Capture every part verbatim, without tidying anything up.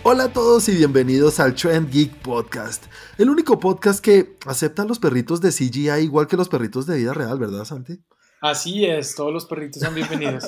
Hola a todos y bienvenidos al Trend Geek Podcast, el único podcast que acepta los perritos de C G I igual que los perritos de vida real, ¿verdad, Santi? Así es, todos los perritos son bienvenidos.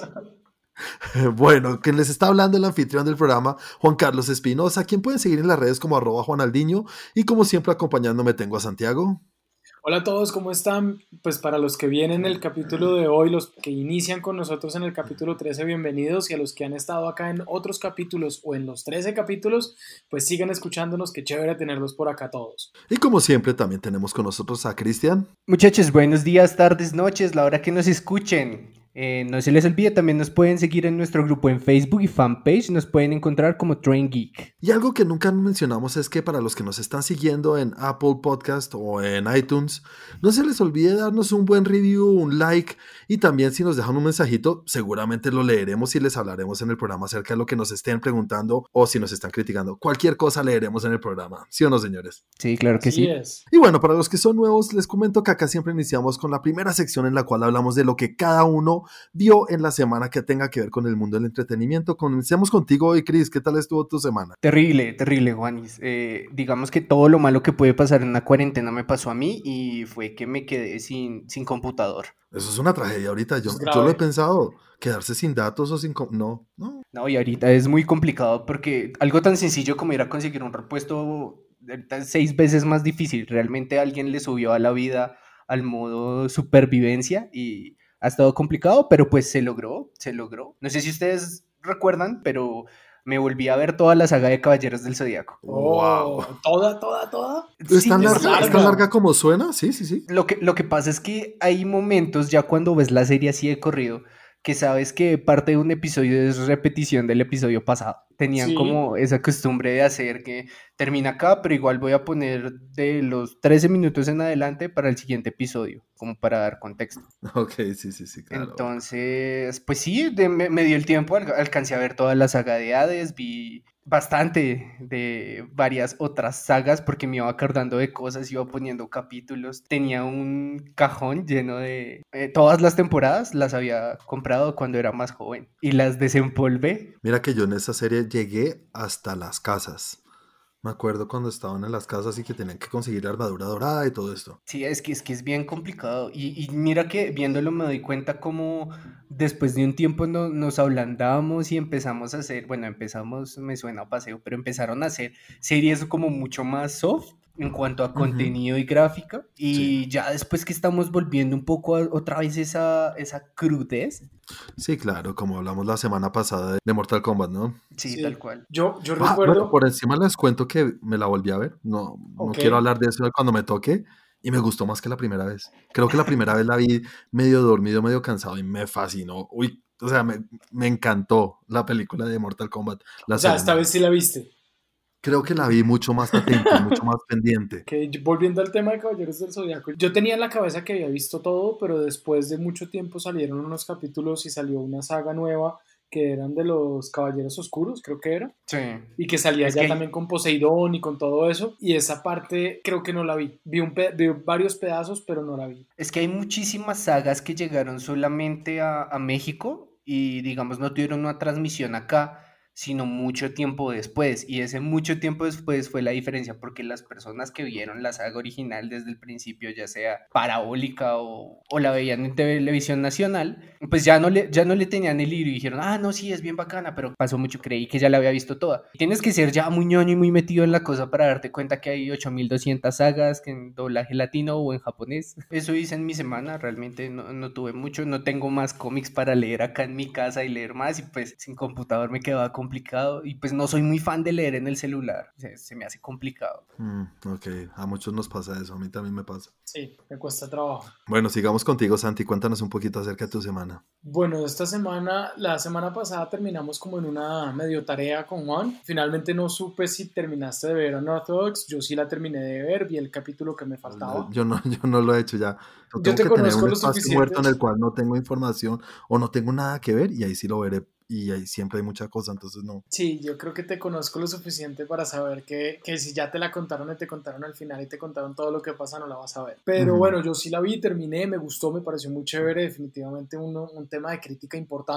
Bueno, quien les está hablando el anfitrión del programa, Juan Carlos Espinosa, quien pueden seguir en las redes como arroba Juanaldiño, y como siempre acompañándome tengo a Santiago. Hola a todos, ¿cómo están? Pues para los que vienen el capítulo de hoy, los que inician con nosotros en el capítulo trece, bienvenidos, y a los que han estado acá en otros capítulos o en los trece capítulos, pues sigan escuchándonos, qué chévere tenerlos por acá todos. Y como siempre también tenemos con nosotros a Cristian. Muchachos, buenos días, tardes, noches, la hora que nos escuchen. Eh, no se les olvide, también nos pueden seguir en nuestro grupo en Facebook y fanpage, nos pueden encontrar como Trend Geek. Y algo que nunca mencionamos es que para los que nos están siguiendo en Apple Podcast o en iTunes, no se les olvide darnos un buen review, un like, y también si nos dejan un mensajito, seguramente lo leeremos y les hablaremos en el programa acerca de lo que nos estén preguntando o si nos están criticando. Cualquier cosa leeremos en el programa, ¿sí o no, señores? Sí, claro que Así sí. es. Y bueno, para los que son nuevos, les comento que acá siempre iniciamos con la primera sección en la cual hablamos de lo que cada uno vio en la semana que tenga que ver con el mundo del entretenimiento. Comencemos contigo hoy, Chris. ¿Qué tal estuvo tu semana? Terrible, terrible, Juanis. Eh, digamos que todo lo malo que puede pasar en una cuarentena me pasó a mí y fue que me quedé sin, sin computador. Eso es una tragedia ahorita. Yo, Es yo lo he grave. pensado. Quedarse sin datos o sin... com- No, no. No, y ahorita es muy complicado porque algo tan sencillo como ir a conseguir un repuesto ahorita es seis veces más difícil. Realmente alguien le subió a la vida al modo supervivencia y ha estado complicado, pero pues se logró, se logró. No sé si ustedes recuerdan, pero me volví a ver toda la saga de Caballeros del Zodíaco. Oh, Wow. toda, toda, toda. ¿Es Sí, tan es larga? ¿Es tan larga. larga como suena? Sí, sí, sí. Lo que, lo que pasa es que hay momentos ya cuando ves la serie así de corrido que sabes que parte de un episodio es repetición del episodio pasado. Tenían Sí. como esa costumbre de hacer que termina acá, pero igual voy a poner de los trece minutos en adelante para el siguiente episodio, como para dar contexto. Ok, sí, sí, sí, claro. Entonces, pues sí, de- me, me dio el tiempo, al- alcancé a ver toda la saga de Hades, vi bastante de varias otras sagas porque me iba acordando de cosas, iba poniendo capítulos, tenía un cajón lleno de... eh, todas las temporadas las había comprado cuando era más joven y las desempolvé. Mira que yo en esa serie llegué hasta las casas. Me acuerdo cuando estaban en las casas y que tenían que conseguir la armadura dorada y todo esto. Sí, es que es, que es bien complicado. Y, y mira que viéndolo me doy cuenta como después de un tiempo no- nos ablandamos y empezamos a hacer, bueno, empezamos, me suena a paseo, pero empezaron a hacer series como mucho más soft en cuanto a Ujú. contenido y gráfica. Sí. Y ya después que estamos volviendo un poco a- otra vez esa, esa crudez. Sí, claro, como hablamos la semana pasada de, de Mortal Kombat, ¿no? Sí, Sí. tal cual. Yo, yo Ah, bueno, recuerdo. por encima les cuento que me la volví a ver. No, no Ok. quiero hablar de eso cuando me toque. Y me gustó más que la primera vez. Creo que la primera vez la vi medio dormido, medio cansado y me fascinó. Uy, o sea, me, me encantó la película de Mortal Kombat, la O sea, esta segunda vez vez. sí la viste. Creo que la vi mucho más atento y mucho más pendiente. Que yo- volviendo al tema de Caballeros del Zodiaco, yo tenía en la cabeza que había visto todo, pero después de mucho tiempo salieron unos capítulos y salió una saga nueva que eran de los Caballeros Oscuros, creo que era, Sí. y que salía Es ya que también con Poseidón y con todo eso, y esa parte creo que no la vi. Vi, un pe- vi varios pedazos, pero no la vi. Es que hay muchísimas sagas que llegaron solamente a, a México y digamos no tuvieron una transmisión acá, sino mucho tiempo después. Y ese mucho tiempo después fue la diferencia porque las personas que vieron la saga original desde el principio, ya sea parabólica o, o la veían en televisión nacional, pues ya no, le, ya no le tenían el hilo y dijeron, ah, no, sí, es bien bacana, pero pasó mucho, creí que ya la había visto toda. Tienes que ser ya muy ñoño y muy metido en la cosa para darte cuenta que hay ocho mil doscientas sagas que en doblaje latino o en japonés. Eso hice en mi semana, realmente no, no tuve mucho, no tengo más cómics para leer acá en mi casa y leer más y pues sin computador me quedaba complicado y pues no soy muy fan de leer en el celular, se, se me hace complicado. Mm, ok, a muchos nos pasa eso, a mí también me pasa. Sí, me cuesta trabajo. Bueno, sigamos contigo, Santi. Cuéntanos un poquito acerca de tu semana. Bueno, esta semana, la semana pasada terminamos como en una medio tarea con Juan. Finalmente no supe si terminaste de ver Unorthodox. Yo sí la terminé de ver, vi el capítulo que me faltaba. Yo no, yo no lo he hecho ya. Yo Yo tengo te que tener conozco un lo espacio suficiente. muerto en el cual no tengo información o no tengo nada que ver y ahí sí lo veré. Y ahí siempre hay mucha cosa, entonces no. Sí, yo creo que te conozco lo suficiente para saber que, que si ya te la contaron y te contaron al final y te contaron todo lo que pasa, no la vas a ver. Pero Ujú. bueno, yo sí la vi, terminé, me gustó, me pareció muy chévere, definitivamente uno, un tema de crítica importante.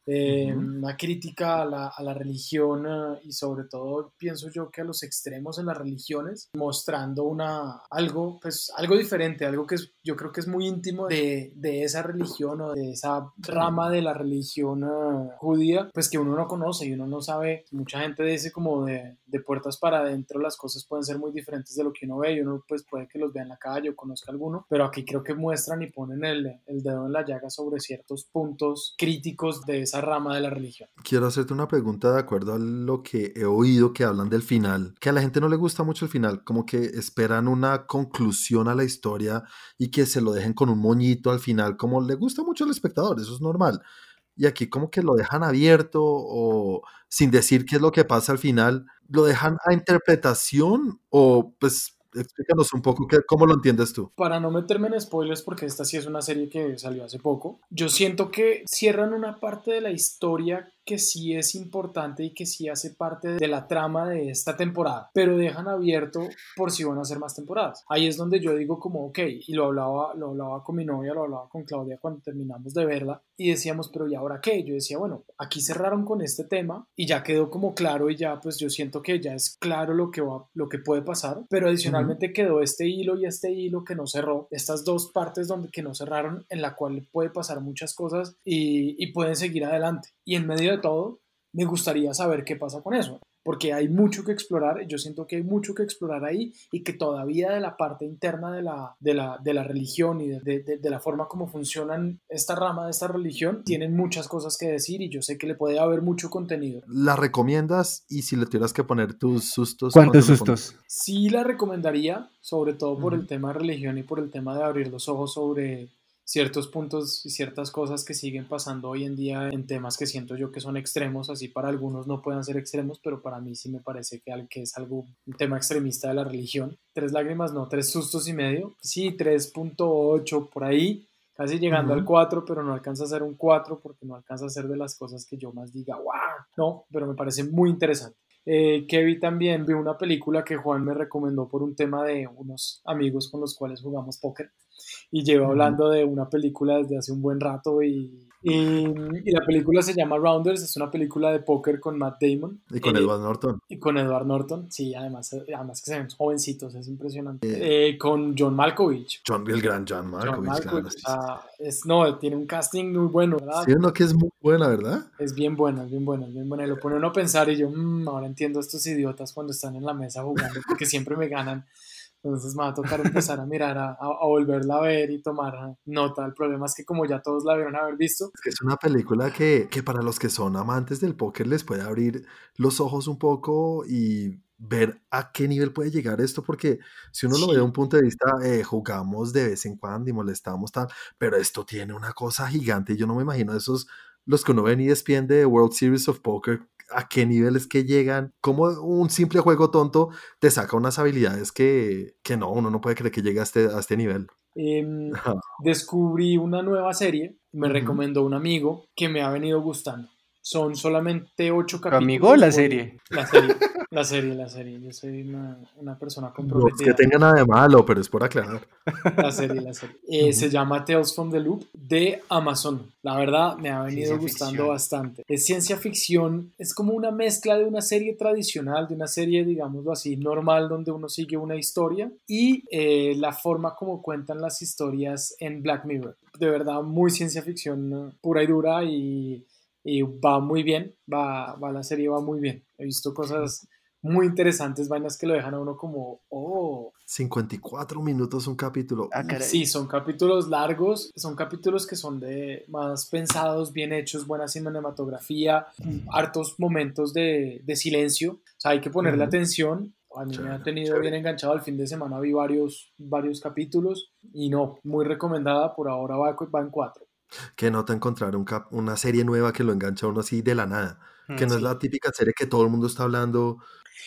eh, Ujú. una crítica a la, a la religión eh, y sobre todo pienso yo que a los extremos en las religiones, mostrando una, algo, pues, algo diferente, algo que es, yo creo que es muy íntimo de, de esa religión o de esa Sí. rama de la religión eh, judía, pues que uno no conoce y uno no sabe. Mucha gente dice como de, de puertas para adentro las cosas pueden ser muy diferentes de lo que uno ve y uno pues puede que los vea en la calle o conozca alguno, pero aquí creo que muestran y ponen el, el dedo en la llaga sobre ciertos puntos críticos de esa rama de la religión. Quiero hacerte una pregunta de acuerdo a lo que he oído que hablan del final, que a la gente no le gusta mucho el final, como que esperan una conclusión a la historia y que se lo dejen con un moñito al final, como le gusta mucho al espectador, eso es normal. Y aquí como que lo dejan abierto o sin decir qué es lo que pasa al final, lo dejan a interpretación o pues explícanos un poco qué, cómo lo entiendes tú. Para no meterme en spoilers, porque esta sí es una serie que salió hace poco, yo siento que cierran una parte de la historia que sí es importante y que sí hace parte de la trama de esta temporada, pero dejan abierto por si van a hacer más temporadas. Ahí es donde yo digo como, ok, y lo hablaba, lo hablaba con mi novia, lo hablaba con Claudia cuando terminamos de verla, y decíamos, pero ¿y ahora qué? Yo decía, bueno, aquí cerraron con este tema y ya quedó como claro y ya pues yo siento que ya es claro lo que va, lo que puede pasar, pero adicionalmente uh-huh. quedó este hilo y este hilo que no cerró, estas dos partes donde que no cerraron, en la cual puede pasar muchas cosas y, y pueden seguir adelante. Y en medio de todo, me gustaría saber qué pasa con eso, porque hay mucho que explorar, yo siento que hay mucho que explorar ahí y que todavía de la parte interna de la, de la, de la religión y de, de, de la forma como funcionan esta rama de esta religión, tienen muchas cosas que decir y yo sé que le puede haber mucho contenido. ¿La recomiendas? Y si le tuvieras que poner tus sustos... ¿Cuántos sustos? Sí la recomendaría, sobre todo por uh-huh. el tema de religión y por el tema de abrir los ojos sobre ciertos puntos y ciertas cosas que siguen pasando hoy en día en temas que siento yo que son extremos, así para algunos no puedan ser extremos, pero para mí sí me parece que, que es algo, un tema extremista de la religión. Tres lágrimas, no, tres sustos y medio, sí, tres punto ocho por ahí, casi llegando uh-huh. al cuatro, pero no alcanza a ser un cuatro porque no alcanza a ser de las cosas que yo más diga, wow, no, pero me parece muy interesante. Eh, que vi también, vi una película que Juan me recomendó por un tema de unos amigos con los cuales jugamos póker y llevo uh-huh. hablando de una película desde hace un buen rato y, y, y la película se llama Rounders, es una película de póker con Matt Damon y con eh, Edward Norton y con Edward Norton, sí, además, además que se ven jovencitos, es impresionante eh, eh, con John Malkovich John, el gran John Malkovich, John Malkovich claro, sí, ah, es, no, tiene un casting muy bueno, ¿verdad? Sí, uno que es muy buena, ¿verdad? Es bien buena, es bien buena, es bien buena y lo pone uno a pensar y yo, mmm, ahora entiendo a estos idiotas cuando están en la mesa jugando porque siempre me ganan. Entonces me va a tocar empezar a mirar, a, a volverla a ver y tomar nota. El problema es que como ya todos la vieron haber visto. Es que es una película que, que para los que son amantes del póker les puede abrir los ojos un poco y ver a qué nivel puede llegar esto, porque si uno sí. lo ve de un punto de vista, eh, jugamos de vez en cuando y molestamos tal, pero esto tiene una cosa gigante. Yo no me imagino esos, los que uno ve en E S P N de World Series of Poker, a qué niveles que llegan, como un simple juego tonto te saca unas habilidades que, que no, uno no puede creer que llegue a este, a este nivel. Eh, descubrí una nueva serie, me uh-huh. recomendó un amigo que me ha venido gustando. Son solamente ocho capítulos. ¿Amigo o la serie? La serie, la serie, la serie. Yo soy una, una persona comprometida. No es que tenga nada de malo, pero es por aclarar. La serie, la serie. Eh, uh-huh. Se llama Tales from the Loop de Amazon. La verdad, me ha venido ciencia gustando ficción. Bastante. Es ciencia ficción, es como una mezcla de una serie tradicional, de una serie, digámoslo así, normal, donde uno sigue una historia y eh, la forma como cuentan las historias en Black Mirror. De verdad, muy ciencia ficción uh, pura y dura y... y va muy bien, va, va la serie va muy bien. He visto cosas muy interesantes, vainas que lo dejan a uno como, oh. cincuenta y cuatro minutos un capítulo. Ah, sí, son capítulos largos, son capítulos que son de más pensados, bien hechos, buena cinematografía, hartos momentos de, de silencio. O sea, hay que ponerle uh-huh. atención. A mí me ha tenido Chévere. bien enganchado. El fin de semana vi varios, varios capítulos y no, muy recomendada. Por ahora va, va en cuatro. Que nota encontrar un cap- una serie nueva que lo engancha a uno así de la nada, que no sí. es la típica serie que todo el mundo está hablando.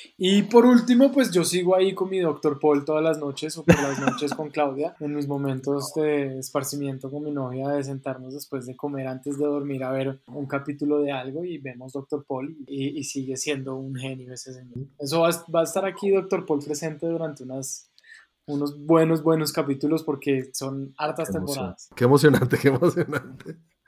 Y por último, pues yo sigo ahí con mi doctor Paul todas las noches o por las noches con Claudia, en mis momentos de esparcimiento con mi novia, de sentarnos después de comer antes de dormir a ver un capítulo de algo y vemos doctor Paul y, y sigue siendo un genio ese señor. Eso va, va a estar aquí doctor Paul presente durante unas... unos buenos, buenos capítulos porque son hartas qué temporadas. Qué emocionante, qué emocionante.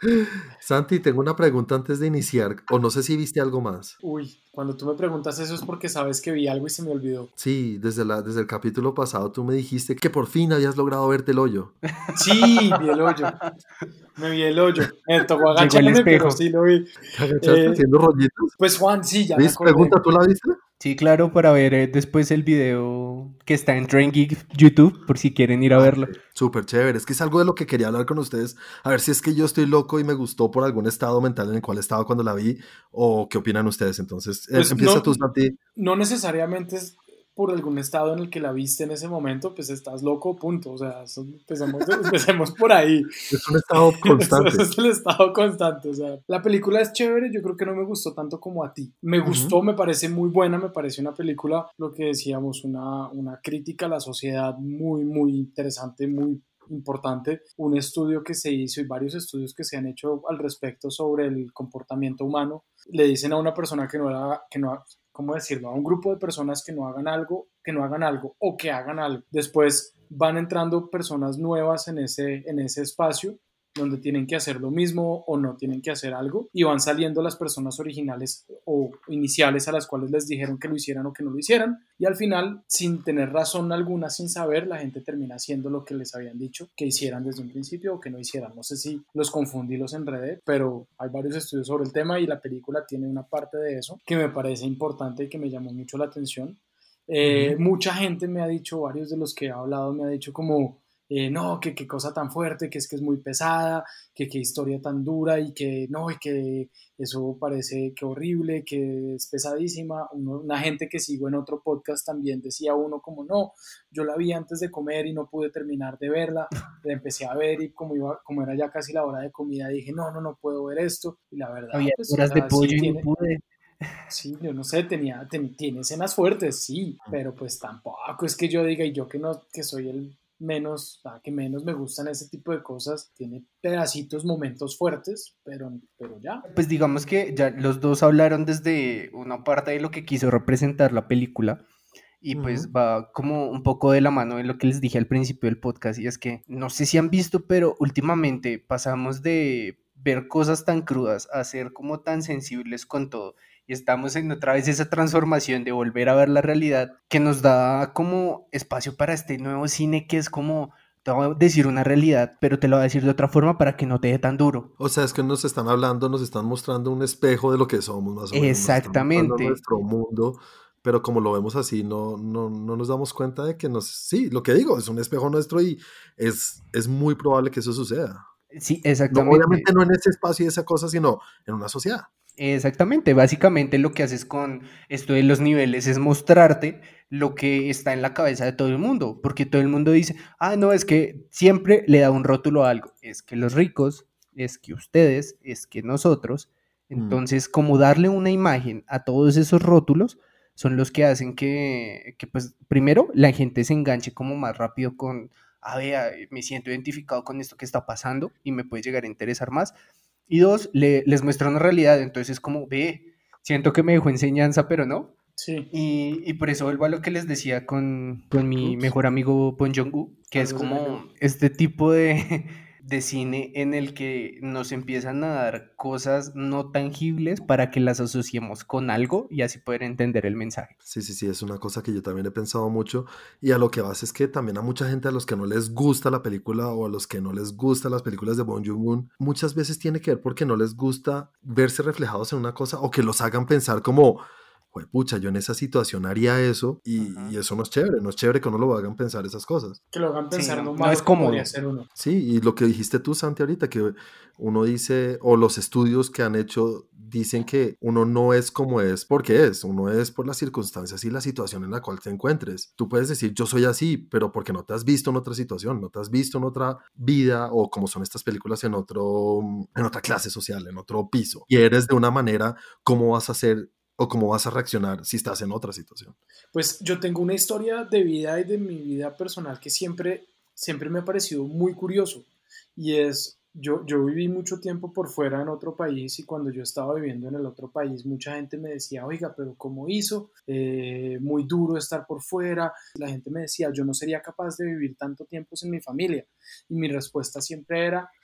Santi, tengo una pregunta antes de iniciar, o no sé si viste algo más. Uy, cuando tú me preguntas eso es porque sabes que vi algo y se me olvidó. Sí, desde, la, desde el capítulo pasado tú me dijiste que por fin habías logrado verte el hoyo. Sí, vi el hoyo. Me vi el hoyo. Me tocó Llegó el agacharme, pero espejo. sí lo vi. ¿Te agachaste Eh, haciendo rollitos? pues Juan, sí, ya me ¿Ves? acordé. Pregunta, ¿tú la viste? Sí, claro, para ver eh, después el video que está en Train Geek YouTube, por si quieren ir a Ah, verlo. sí. Súper chévere. Es que es algo de lo que quería hablar con ustedes. A ver si es que yo estoy loco y me gustó por algún estado mental en el cual estaba cuando la vi, o qué opinan ustedes. Entonces, eh, Pues empieza no, tú, Santi. no necesariamente es por algún estado en el que la viste en ese momento, pues estás loco, punto. O sea, eso- empecemos, empecemos por ahí. Es un estado Eso, constante. eso es el estado constante. O sea, la película es chévere, yo creo que no me gustó tanto como a ti. Me Ujú. gustó, me parece muy buena, me parece una película, lo que decíamos, una, una crítica a la sociedad muy, muy interesante, muy importante. Un estudio que se hizo y varios estudios que se han hecho al respecto sobre el comportamiento humano. Le dicen a una persona que no era, que no, ¿cómo decirlo? A un grupo de personas que no hagan algo, que no hagan algo o que hagan algo. Después van entrando personas nuevas en ese, en ese espacio donde tienen que hacer lo mismo o no tienen que hacer algo y van saliendo las personas originales o iniciales a las cuales les dijeron que lo hicieran o que no lo hicieran y al final, sin tener razón alguna, sin saber, la gente termina haciendo lo que les habían dicho que hicieran desde un principio o que no hicieran. No sé si los confundí, los enredé, pero hay varios estudios sobre el tema y la película tiene una parte de eso que me parece importante y que me llamó mucho la atención. Eh, Ujú. mucha gente me ha dicho, varios de los que he hablado me ha dicho como, eh, no, que qué cosa tan fuerte, que es que es muy pesada, que qué historia tan dura y que no, y que eso parece que horrible, que es pesadísima. Uno, una gente que sigo en otro podcast también decía uno como, no, yo la vi antes de comer y no pude terminar de verla, la empecé a ver y como, iba, como era ya casi la hora de comida dije, no, no, no puedo ver esto. Y la verdad, Había pues, o horas de sea, sí pollo y no tiene, pude. sí, yo no sé, tenía, ten- tiene escenas fuertes, sí, pero pues tampoco es que yo diga, y yo que no, que soy el menos, ah, que menos me gustan ese tipo de cosas, tiene pedacitos, momentos fuertes, pero, pero ya. Pues digamos que ya los dos hablaron desde una parte de lo que quiso representar la película y pues Ujú. va como un poco de la mano de lo que les dije al principio del podcast y es que no sé si han visto, pero últimamente pasamos de ver cosas tan crudas a ser como tan sensibles con todo y estamos en otra vez esa transformación de volver a ver la realidad que nos da como espacio para este nuevo cine que es como te voy a decir una realidad, pero te lo voy a decir de otra forma para que no te dé tan duro. O sea, es que nos están hablando, nos están mostrando un espejo de lo que somos, más o menos. Nos están mostrando Exactamente. nuestro mundo, pero como lo vemos así, no, no, no nos damos cuenta de que nos... Sí, lo que digo, es un espejo nuestro y es, es muy probable que eso suceda. Sí, No, exactamente. obviamente no en ese espacio y esa cosa, sino en una sociedad. Exactamente. Básicamente lo que haces con esto de los niveles es mostrarte lo que está en la cabeza de todo el mundo, porque todo el mundo dice, ah, no, es que siempre le da un rótulo a algo. Es que los ricos, es que ustedes, es que nosotros. Mm. Entonces, como darle una imagen a todos esos rótulos son los que hacen que, que pues, primero, la gente se enganche como más rápido con, a ver, me siento identificado con esto que está pasando y me puede llegar a interesar más. Y dos, le, les muestra una realidad, entonces es como, ve, siento que me dejó enseñanza, pero no. Sí, Y, y por eso vuelvo a lo que les decía con, con mi Ups. mejor amigo Bon Jong-gu, que es algo se cayó. como este tipo de, de cine en el que nos empiezan a dar cosas no tangibles para que las asociemos con algo y así poder entender el mensaje. Sí, sí, sí, es una cosa que yo también he pensado mucho y a lo que vas es que también a mucha gente a los que no les gusta la película o a los que no les gustan las películas de Bong Joon-ho, muchas veces tiene que ver porque no les gusta verse reflejados en una cosa o que los hagan pensar como, pucha, yo en esa situación haría eso y, Ujú. y eso no es chévere, no es chévere que no lo hagan pensar esas cosas. Que lo hagan Sí, pensar no, lo no es malo que podría cómodo. ser uno. Sí, y lo que dijiste tú, Santi, ahorita, que uno dice, o los estudios que han hecho dicen que uno no es como es porque es, uno es por las circunstancias y la situación en la cual te encuentres. Tú puedes decir, yo soy así, pero porque no te has visto en otra situación, no te has visto en otra vida o como son estas películas en otro, en otra clase social, en otro piso. Y eres de una manera, ¿cómo vas a hacer o cómo vas a reaccionar si estás en otra situación? Pues yo tengo una historia de vida y de mi vida personal que siempre, siempre me ha parecido muy curioso. Y es, yo, yo viví mucho tiempo por fuera en otro país y cuando yo estaba viviendo en el otro país, mucha gente me decía, oiga, pero ¿cómo hizo? Eh, muy duro estar por fuera. La gente me decía, yo no sería capaz de vivir tanto tiempo sin mi familia. Y mi respuesta siempre era,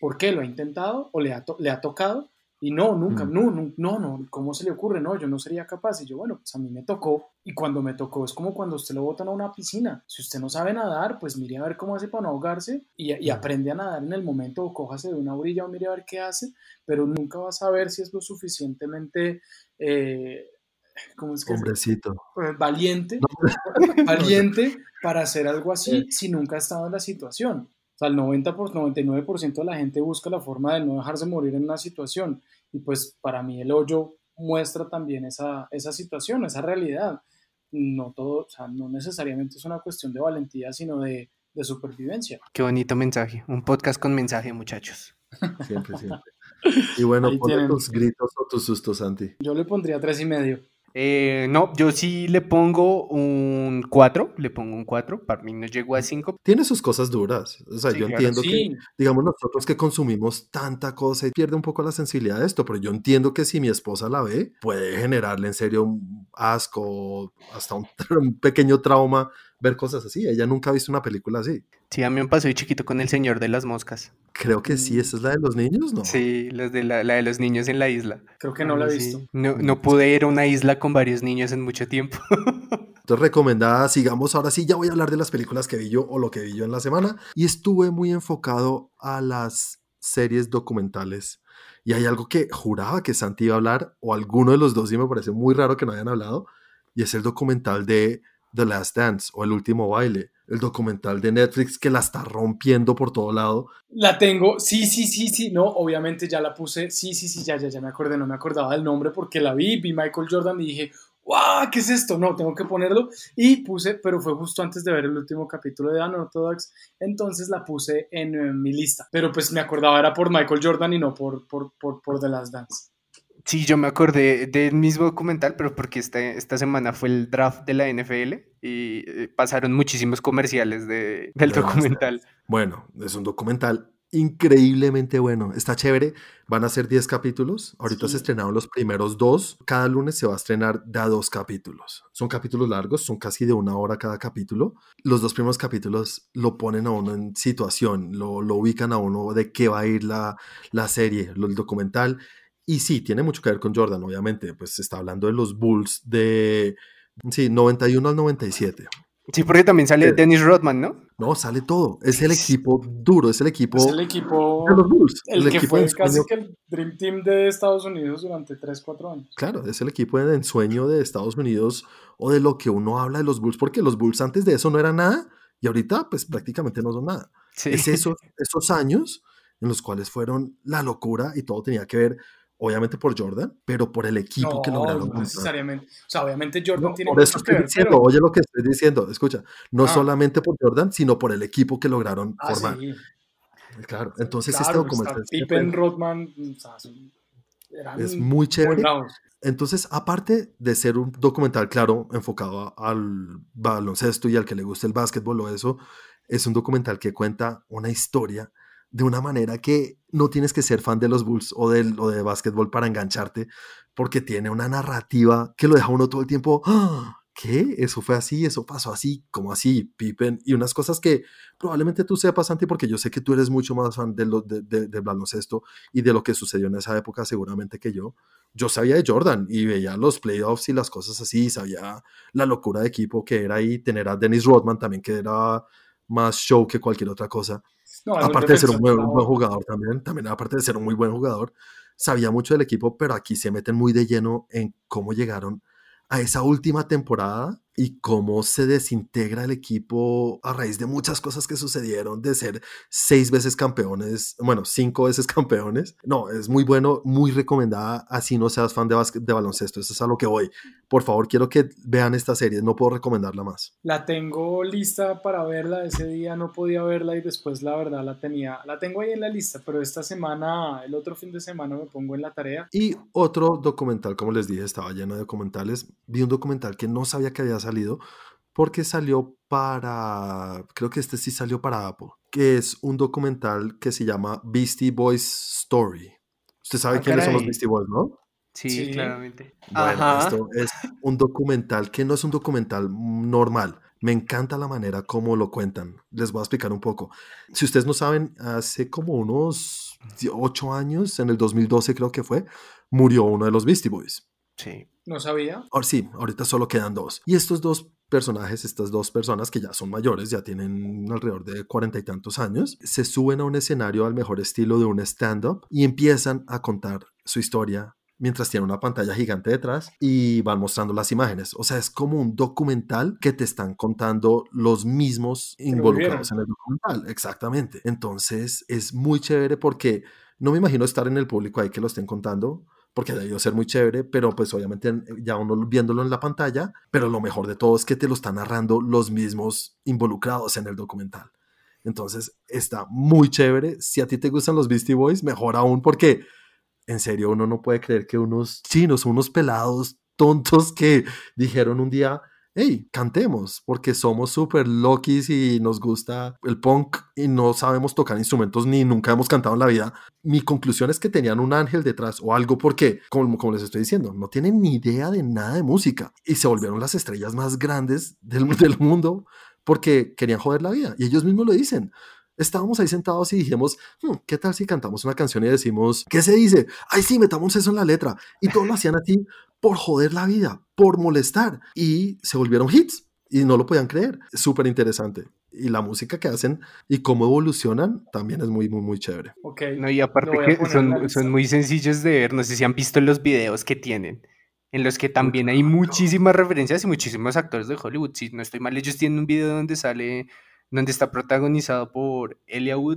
¿Por qué? ¿Lo ha intentado o le ha, to- le ha tocado? Y no, nunca, Mm. no, no, no, no, ¿cómo se le ocurre? No, yo no sería capaz. Y yo, bueno, pues a mí me tocó. Y cuando me tocó es como cuando usted lo botan a una piscina. Si usted no sabe nadar, pues mire a ver cómo hace para no ahogarse y, y Mm. aprende a nadar en el momento o cójase de una orilla o mire a ver qué hace, pero nunca va a saber si es lo suficientemente, eh, ¿cómo es que es? Hombrecito. Pues, valiente, No, no, yo- valiente para hacer algo eh, así si nunca ha estado en la situación. O sea, el noventa por, noventa y nueve por ciento de la gente busca la forma de no dejarse morir en una situación. Y pues para mí el hoyo muestra también esa, esa situación, esa realidad. No todo, o sea, no necesariamente es una cuestión de valentía, sino de, de supervivencia. Qué bonito mensaje. Un podcast con mensaje, muchachos. siempre, siempre. Y bueno, Ahí ponle tienen. tus gritos o tus sustos, Santi. Yo le pondría tres y medio. Eh, no, yo sí le pongo un cuatro, le pongo un cuatro, para mí no llegó a cinco. Tiene sus cosas duras. O sea, Sí, yo claro. entiendo que, Sí, digamos, nosotros que consumimos tanta cosa y pierde un poco la sensibilidad de esto, pero yo entiendo que si mi esposa la ve, puede generarle en serio un asco, hasta un, un pequeño trauma ver cosas así. Ella nunca ha visto una película así. Sí, a mí me pasó de chiquito con El Señor de las Moscas. Creo que sí, mm, esa es la de los niños, ¿no? Sí, las de la, la de los niños en la isla. creo que A no la mí he visto. sí. No, Mm. no pude ir a una isla con varios niños en mucho tiempo. Entonces, recomendada, sigamos. Ahora sí, ya voy a hablar de las películas que vi yo o lo que vi yo en la semana. Y estuve muy enfocado a las series documentales. Y hay algo que juraba que Santi iba a hablar, o alguno de los dos, y me parece muy raro que no hayan hablado, y es el documental de The Last Dance o El Último Baile. El documental de Netflix que la está rompiendo por todo lado. La tengo, sí, sí, sí, sí, no, obviamente ya la puse, sí, sí, sí, ya, ya, ya me acordé, no me acordaba del nombre porque la vi, vi Michael Jordan y dije, ¡guau! ¿Qué es esto? No, tengo que ponerlo, y puse, pero fue justo antes de ver el último capítulo de Unorthodox, entonces la puse en, en mi lista, pero pues me acordaba era por Michael Jordan y no por, por, por, por The Last Dance. Sí, yo me acordé del mismo documental, pero porque esta, esta semana fue el draft de la N F L y eh, pasaron muchísimos comerciales de, del The Last documental. Dance. Bueno, es un documental increíblemente bueno. Está chévere. Van a ser diez capítulos. Ahorita Sí. se estrenaron los primeros dos. Cada lunes se va a estrenar de a dos capítulos. Son capítulos largos, son casi de una hora cada capítulo. Los dos primeros capítulos lo ponen a uno en situación, lo, lo ubican a uno de qué va a ir la, la serie, lo- el documental. Y sí, tiene mucho que ver con Jordan, obviamente. Pues se está hablando de los Bulls de, sí, noventa y uno al noventa y siete. Sí, porque también sale Eh, Dennis Rodman, ¿no? No, sale todo. Es el equipo duro, es el Es equipo el de equipo, los Bulls, el el que equipo de fue casi ensueño. que el Dream Team de Estados Unidos durante tres cuatro años. Claro, es el equipo de ensueño de Estados Unidos o de lo que uno habla de los Bulls, porque los Bulls antes de eso no eran nada y ahorita pues prácticamente no son nada. Sí. Es esos, esos años en los cuales fueron la locura y todo tenía que ver, obviamente por Jordan, pero por el equipo que No, lograron no montar. necesariamente. O sea, obviamente Jordan No, tiene por eso mucho que estoy ver, diciendo, pero... oye lo que estoy diciendo, escucha, no Ah, solamente por Jordan, sino por el equipo que lograron ah, formar. sí. Claro, entonces este Claro, pues está documental siempre Pippen, Rodman, o sea, son- eran es muy chévere. bravos. Entonces, aparte de ser un documental, claro, enfocado a- al baloncesto y al que le guste el básquetbol o eso, es un documental que cuenta una historia de una manera que no tienes que ser fan de los Bulls o, del, o de básquetbol para engancharte, porque tiene una narrativa que lo deja uno todo el tiempo, ¡ah! ¿Qué? Eso fue así, eso pasó así, como así, Pippen, y unas cosas que probablemente tú sepas, Santi, porque yo sé que tú eres mucho más fan de lo, de, de, del baloncesto y de lo que sucedió en esa época seguramente que yo. Yo sabía de Jordan y veía los playoffs y las cosas así, sabía la locura de equipo que era ahí, tener a Dennis Rodman también, que era más show que cualquier otra cosa. No, es un Aparte de ser un defensor buen, de la un buen hora. jugador también, también aparte de ser un muy buen jugador, sabía mucho del equipo, pero aquí se meten muy de lleno en cómo llegaron a esa última temporada y cómo se desintegra el equipo a raíz de muchas cosas que sucedieron, de ser seis veces campeones, bueno, cinco veces campeones. No, es muy bueno, muy recomendada, así no seas fan de, básquet, de baloncesto, eso es a lo que voy. Por favor, quiero que vean esta serie, no puedo recomendarla más. La tengo lista para verla, ese día no podía verla y después la verdad la tenía, la tengo ahí en la lista, pero esta semana, el otro fin de semana me pongo en la tarea. Y otro documental, como les dije, estaba lleno de documentales. Vi un documental que no sabía que había salido porque salió para, creo que este sí salió para Apple, que es un documental que se llama Beastie Boys Story. Usted sabe Ah, quiénes son los caray. Beastie Boys, ¿no? Sí, Sí. claramente. Bueno, Ajá. esto es un documental que no es un documental normal. Me encanta la manera como lo cuentan. Les voy a explicar un poco. Si ustedes no saben, hace como unos ocho años, en el dos mil doce creo que fue, murió uno de los Beastie Boys. Sí. ¿No sabía? Ahora sí, ahorita solo quedan dos. Y estos dos personajes, estas dos personas que ya son mayores, ya tienen alrededor de cuarenta y tantos años, se suben a un escenario al mejor estilo de un stand-up y empiezan a contar su historia mientras tienen una pantalla gigante detrás y van mostrando las imágenes. O sea, es como un documental que te están contando los mismos involucrados en el documental. Exactamente. Entonces, es muy chévere porque no me imagino estar en el público ahí que lo estén contando, porque debió ser muy chévere, pero pues obviamente ya uno viéndolo en la pantalla, pero lo mejor de todo es que te lo están narrando los mismos involucrados en el documental. Entonces, está muy chévere. Si a ti te gustan los Beastie Boys, mejor aún, porque en serio, uno no puede creer que unos chinos, unos pelados tontos que dijeron un día, hey, cantemos, porque somos súper loquis y nos gusta el punk y no sabemos tocar instrumentos ni nunca hemos cantado en la vida. Mi conclusión es que tenían un ángel detrás o algo porque, como, como les estoy diciendo, no tienen ni idea de nada de música y se volvieron las estrellas más grandes del, del mundo porque querían joder la vida y ellos mismos lo dicen. Estábamos ahí sentados y dijimos, hm, ¿qué tal si cantamos una canción y decimos, ¿qué se dice? Ay, sí, metamos eso en la letra. Y todos lo hacían así por joder la vida, por molestar. Y se volvieron hits y no lo podían creer. Es súper interesante. Y la música que hacen y cómo evolucionan también es muy, muy, muy chévere. Ok. No, y aparte que son, son muy sencillos de ver. No sé si han visto los videos que tienen, en los que también hay muchísimas referencias y muchísimos actores de Hollywood. Si no estoy mal, ellos tienen un video donde sale... donde está protagonizado por Elijah Wood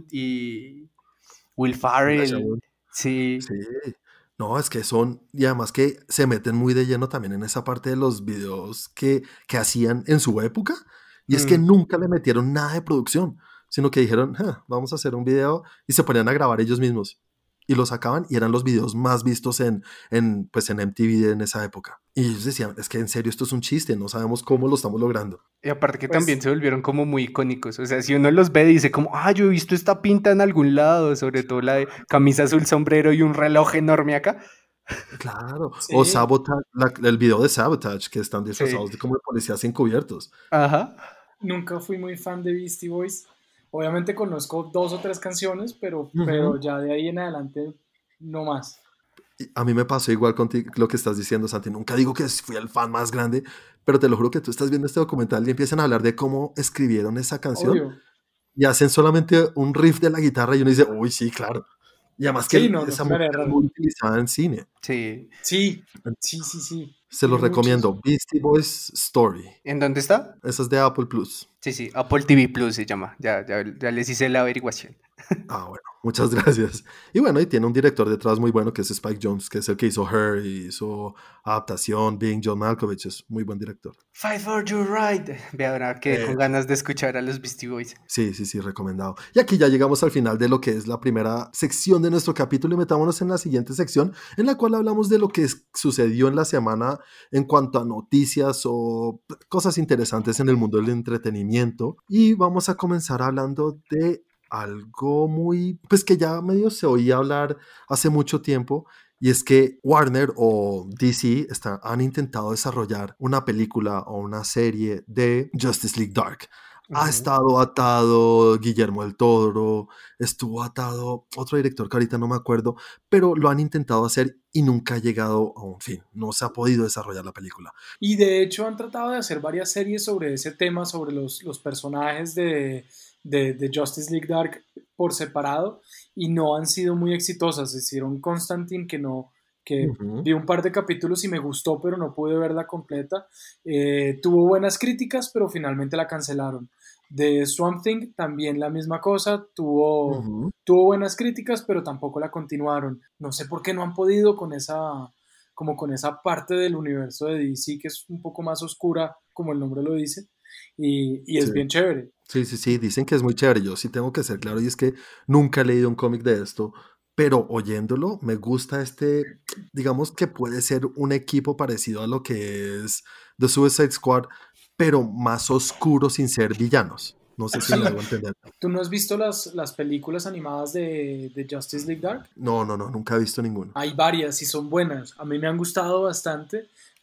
y Will Ferrell. Sí. Sí. No, es que son, y además que se meten muy de lleno también en esa parte de los videos que, que hacían en su época, y es mm. que nunca le metieron nada de producción, sino que dijeron, vamos a hacer un video, y se ponían a grabar ellos mismos, y lo sacaban, y eran los videos más vistos en, en, pues en M T V en esa época. Y ellos decían, es que en serio esto es un chiste, no sabemos cómo lo estamos logrando. Y aparte que pues, también se volvieron como muy icónicos, o sea, si uno los ve dice como, ah, yo he visto esta pinta en algún lado, sobre todo la de camisa azul, sombrero y un reloj enorme acá. Claro, sí. O Sabotage, la, el video de Sabotage, que están disfrazados sí. como de policías encubiertos. Ajá. Nunca fui muy fan de Beastie Boys. Obviamente conozco dos o tres canciones, pero, uh-huh. pero ya de ahí en adelante no más. A mí me pasó igual contigo lo que estás diciendo, Santi. Nunca digo que fui el fan más grande, pero te lo juro que tú estás viendo este documental y empiezan a hablar de cómo escribieron esa canción. Obvio. Y hacen solamente un riff de la guitarra y uno dice, uy, sí, claro. Y además que sí, no, esa no, música es muy utilizada en cine. Sí. Sí, sí, sí, sí. Se los recomiendo. Muchos. Beastie Boys Story. ¿En dónde está? Esa es de Apple Plus. Sí, sí, Apple T V Plus se llama. Ya, ya, ya les hice la averiguación. Ah, bueno, muchas gracias. Y bueno, y tiene un director detrás muy bueno que es Spike Jonze, que es el que hizo Her y hizo Adaptación, Being John Malkovich, es muy buen director. Fight for your right. Ve ahora que eh, con ganas de escuchar a los Beastie Boys. Sí, sí, sí, recomendado. Y aquí ya llegamos al final de lo que es la primera sección de nuestro capítulo y metámonos en la siguiente sección en la cual hablamos de lo que es, sucedió en la semana en cuanto a noticias o cosas interesantes en el mundo del entretenimiento. Y vamos a comenzar hablando de algo muy, pues que ya medio se oía hablar hace mucho tiempo, y es que Warner o D C está, han intentado desarrollar una película o una serie de Justice League Dark. Uh-huh. Ha estado atado Guillermo del Toro, estuvo atado otro director que ahorita no me acuerdo, pero lo han intentado hacer y nunca ha llegado a un fin, no se ha podido desarrollar la película. Y de hecho han tratado de hacer varias series sobre ese tema, sobre los, los personajes de De, de Justice League Dark por separado y no han sido muy exitosas. Hicieron Constantine, que no que uh-huh. vi un par de capítulos y me gustó, pero no pude verla completa. Eh, tuvo buenas críticas, pero finalmente la cancelaron. De Swamp Thing también la misma cosa, tuvo, uh-huh. tuvo buenas críticas, pero tampoco la continuaron. No sé por qué no han podido con esa, como con esa parte del universo de D C que es un poco más oscura, como el nombre lo dice. Y, y es sí. bien chévere. Sí, sí, sí, dicen que es muy chévere. Yo sí tengo que ser claro, y es que nunca he leído un cómic de esto, pero oyéndolo me gusta este, digamos que puede ser un equipo parecido a lo que es The Suicide Squad, pero más oscuro sin ser villanos. No sé si me hago entender. ¿Tú no has visto las, las películas animadas de, de Justice League Dark? No, no, no, nunca he visto ninguna. Hay varias y son buenas. A mí me han gustado bastante.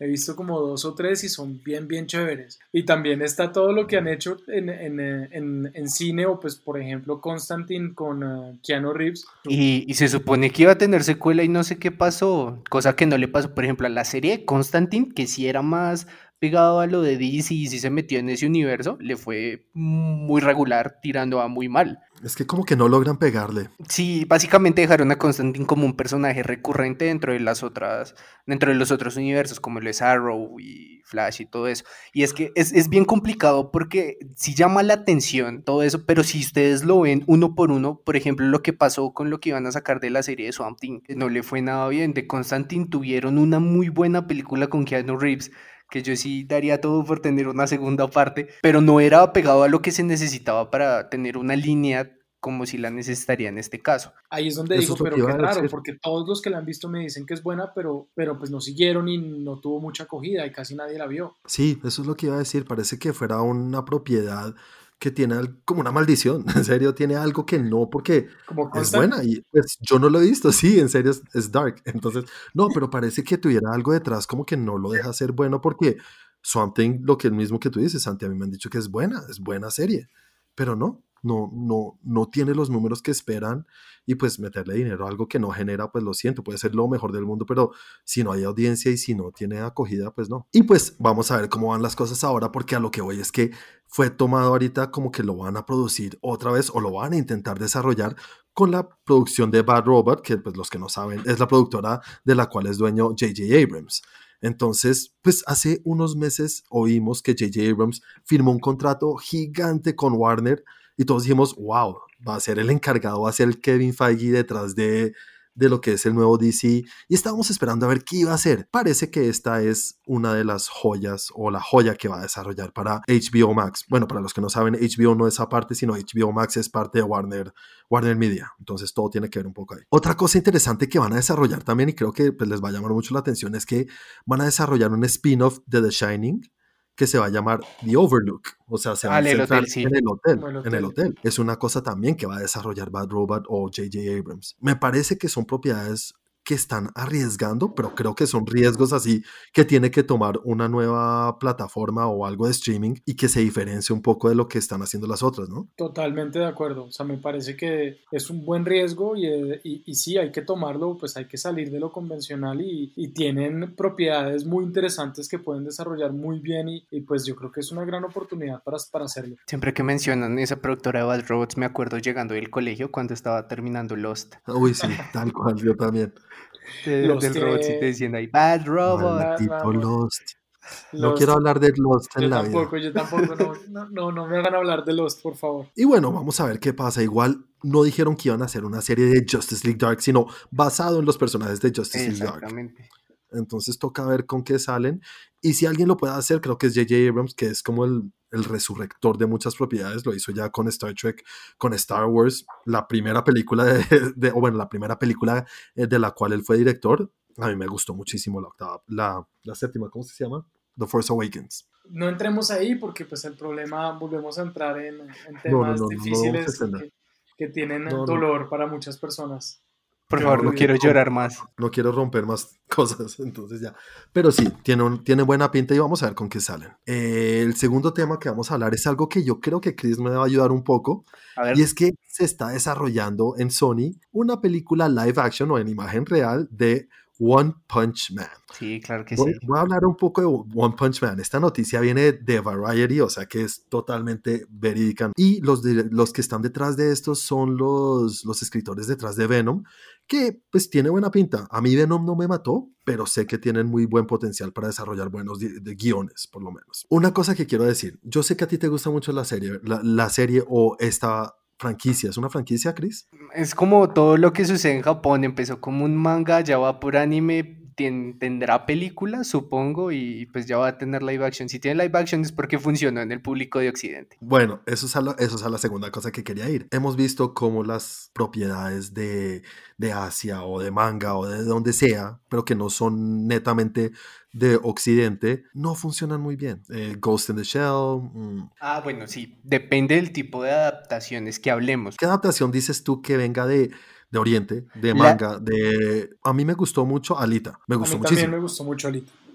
he visto como dos o tres y son bien, bien chéveres. Y también está todo lo que han hecho en, en, en, en cine, o pues por ejemplo Constantine con uh, Keanu Reeves. Y, y se supone que iba a tener secuela y no sé qué pasó, cosa que no le pasó, por ejemplo, a la serie de Constantine, que sí era más pegado a lo de D C y sí se metió en ese universo, le fue muy regular, tirando a muy mal. Es que como que no logran pegarle. Sí, básicamente dejaron a Constantine como un personaje recurrente dentro de las otras, dentro de los otros universos, como lo es Arrow y Flash y todo eso. Y es que es, es bien complicado porque sí llama la atención todo eso, pero si ustedes lo ven uno por uno, por ejemplo, lo que pasó con lo que iban a sacar de la serie de Swamp Thing, no le fue nada bien. De Constantine tuvieron una muy buena película con Keanu Reeves, que yo sí daría todo por tener una segunda parte, pero no era apegado a lo que se necesitaba para tener una línea como si la necesitaría en este caso. Ahí es donde Eso digo, es lo pero que qué iba a raro, decir. porque todos los que la han visto me dicen que es buena, pero, pero pues no siguieron y no tuvo mucha acogida y casi nadie la vio. Sí, eso es lo que iba a decir. Parece que fuera una propiedad que tiene al- como una maldición. En serio, tiene algo que no, porque Como es Constant, buena y pues, yo no lo he visto. Sí, en serio es, es dark. Entonces, no, pero parece que tuviera algo detrás como que no lo deja ser bueno porque Swamp Thing, lo que el mismo que tú dices, Santi, a mí me han dicho que es buena, es buena serie, pero no, no, no, no tiene los números que esperan y pues meterle dinero a algo que no genera, pues lo siento, puede ser lo mejor del mundo, pero si no hay audiencia y si no tiene acogida, pues no. Y pues vamos a ver cómo van las cosas ahora, porque a lo que voy es que fue tomado ahorita como que lo van a producir otra vez o lo van a intentar desarrollar con la producción de Bad Robot, que pues los que no saben es la productora de la cual es dueño J J Abrams. Entonces, pues hace unos meses oímos que J J Abrams firmó un contrato gigante con Warner y todos dijimos, wow, va a ser el encargado, va a ser el Kevin Feige detrás de, de lo que es el nuevo D C, y estábamos esperando a ver qué iba a hacer. Parece que esta es una de las joyas o la joya que va a desarrollar para H B O Max. Bueno, para los que no saben, H B O no es aparte, sino H B O Max es parte de Warner, Warner Media, entonces todo tiene que ver un poco ahí. Otra cosa interesante que van a desarrollar también, y creo que pues, les va a llamar mucho la atención, es que van a desarrollar un spin-off de The Shining que se va a llamar The Overlook, o sea, se va Ah, a el centrar hotel, sí. en el hotel, Como el en el hotel. hotel. Es una cosa también que va a desarrollar Bad Robot o J J Abrams. Me parece que son propiedades que están arriesgando, pero creo que son riesgos así que tiene que tomar una nueva plataforma o algo de streaming y que se diferencie un poco de lo que están haciendo las otras, ¿no? Totalmente de acuerdo, o sea, me parece que es un buen riesgo y, y, y sí, hay que tomarlo, pues hay que salir de lo convencional y, y tienen propiedades muy interesantes que pueden desarrollar muy bien y, y pues yo creo que es una gran oportunidad para, para hacerlo. Siempre que mencionan esa productora de Bad Robots, me acuerdo llegando del colegio cuando estaba terminando Lost. Uy, sí, tal cual, yo también. De, Los del robotcito que... diciendo ahí, Bad Robot. Maldito Lost. No Lost, quiero hablar de Lost en yo la tampoco, vida. yo tampoco, no, no, no, no me hagan hablar de Lost, por favor. Y bueno, vamos a ver qué pasa. Igual no dijeron que iban a hacer una serie de Justice League Dark, sino basado en los personajes de Justice League Dark. Exactamente. Entonces toca ver con qué salen. Y si alguien lo puede hacer, creo que es J J Abrams, que es como el, el resurrector de muchas propiedades. Lo hizo ya con Star Trek, con Star Wars, la primera película, de, de, o bueno, la primera película de la cual él fue director. A mí me gustó muchísimo la octava, la, la séptima, ¿cómo se llama? The Force Awakens. No entremos ahí porque pues el problema, volvemos a entrar en, en temas No, no, no, no, difíciles no, no, que, que tienen no, no. dolor para muchas personas. Por Yo favor, no no quiero llorar más. No quiero romper más cosas, entonces ya. Pero sí, tiene, un, tiene buena pinta y vamos a ver con qué salen. Eh, el segundo tema que vamos a hablar es algo que yo creo que Chris me va a ayudar un poco. A ver. Y es que se está desarrollando en Sony una película live action o en imagen real de One Punch Man. Sí, claro que voy, sí. Voy a hablar un poco de One Punch Man. Esta noticia viene de Variety, o sea que es totalmente verídica. Y los, de, los que están detrás de esto son los, los escritores detrás de Venom, que pues tiene buena pinta. A mí Venom no me mató, pero sé que tienen muy buen potencial para desarrollar buenos de, de guiones, por lo menos. Una cosa que quiero decir, yo sé que a ti te gusta mucho la serie, la, la serie o esta franquicia. ¿Es una franquicia, Chris? Es como todo lo que sucede en Japón. Empezó como un manga, ya va por anime, ten, tendrá película, supongo, y pues ya va a tener live action. Si tiene live action es porque funcionó en el público de Occidente. Bueno, eso es a la, eso es a la segunda cosa que quería ir. Hemos visto cómo las propiedades de, de Asia o de manga o de donde sea, pero que no son netamente de Occidente, no funcionan muy bien. Eh, Ghost in the Shell. Mm. Ah, bueno, sí. Depende del tipo de adaptaciones que hablemos. ¿Qué adaptación dices tú que venga de, de Oriente, de manga, la... de... A mí me gustó mucho Alita. Me gustó a mí muchísimo. también me gustó mucho Alita.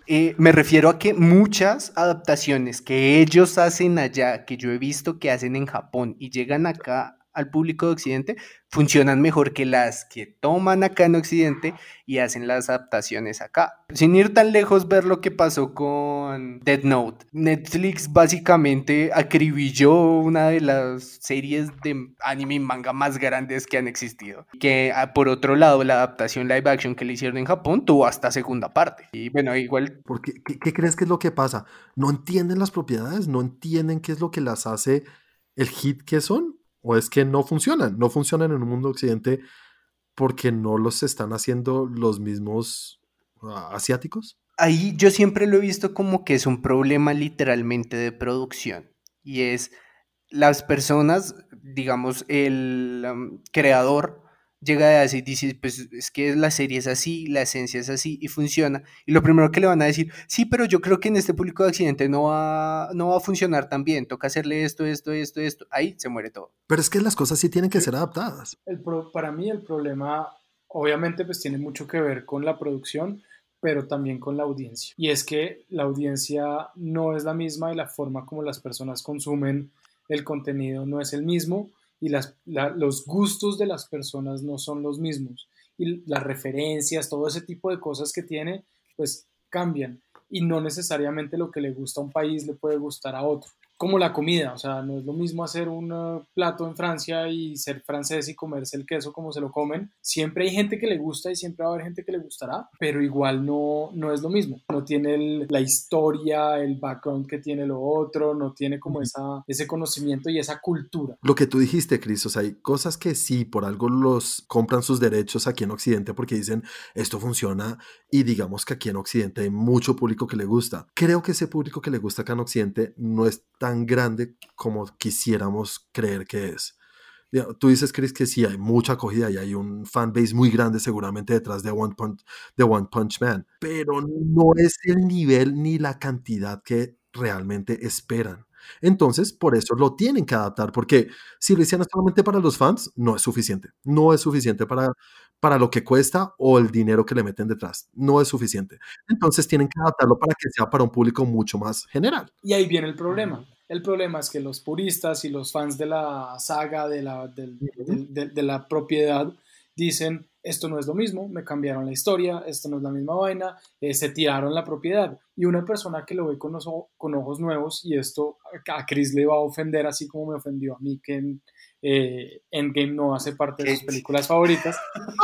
Eh, me refiero a que muchas adaptaciones que ellos hacen allá, que yo he visto que hacen en Japón y llegan acá al público de Occidente, funcionan mejor que las que toman acá en Occidente y hacen las adaptaciones acá. Sin ir tan lejos, ver lo que pasó con Death Note. Netflix básicamente acribilló una de las series de anime y manga más grandes que han existido. Que por otro lado, la adaptación live action que le hicieron en Japón tuvo hasta segunda parte. Y bueno, igual... ¿Por qué, qué, qué crees que es lo que pasa? ¿No entienden las propiedades? ¿No entienden qué es lo que las hace el hit que son? ¿O es que no funcionan? No funcionan en un mundo occidente porque no los están haciendo los mismos uh, asiáticos. Ahí yo siempre lo he visto como que es un problema literalmente de producción. Y es las personas, digamos, el um, creador llega a decir, dice, pues es que la serie es así, la esencia es así y funciona. Y lo primero que le van a decir, sí, pero yo creo que en este público de Occidente no va, no va a funcionar tan bien, toca hacerle esto, esto, esto, esto. Ahí se muere todo. Pero es que las cosas sí tienen que ser adaptadas. El pro, para mí el problema, obviamente, pues tiene mucho que ver con la producción, pero también con la audiencia. Y es que la audiencia no es la misma y la forma como las personas consumen el contenido no es el mismo y las, la, los gustos de las personas no son los mismos. Y las referencias, todo ese tipo de cosas que tiene, pues cambian. Y no necesariamente lo que le gusta a un país le puede gustar a otro. Como la comida, o sea, no es lo mismo hacer un uh, plato en Francia y ser francés y comerse el queso como se lo comen. Siempre hay gente que le gusta y siempre va a haber gente que le gustará, pero igual no, no es lo mismo. No tiene el, la historia, el background que tiene lo otro, no tiene como esa, ese conocimiento y esa cultura. Lo que tú dijiste, Chris, o sea, hay cosas que sí, por algo los compran sus derechos aquí en Occidente porque dicen, esto funciona y digamos que aquí en Occidente hay mucho público que le gusta. Creo que ese público que le gusta acá en Occidente no es tan grande como quisiéramos creer que es. Tú dices, Chris, que sí hay mucha acogida y hay un fanbase muy grande seguramente detrás de One Punch, de One Punch Man, pero no es el nivel ni la cantidad que realmente esperan. Entonces, por eso lo tienen que adaptar, porque si lo hicieran solamente para los fans, no es suficiente. No es suficiente para, para lo que cuesta o el dinero que le meten detrás. No es suficiente. Entonces, tienen que adaptarlo para que sea para un público mucho más general. Y ahí viene el problema. El problema es que los puristas y los fans de la saga, de la, de, de, de, de la propiedad, dicen, esto no es lo mismo, me cambiaron la historia, esto no es la misma vaina, eh, se tiraron la propiedad. Y una persona que lo ve con, los, con ojos nuevos, y esto a Chris le va a ofender así como me ofendió a mí, que en, eh, Endgame no hace parte de sus películas favoritas.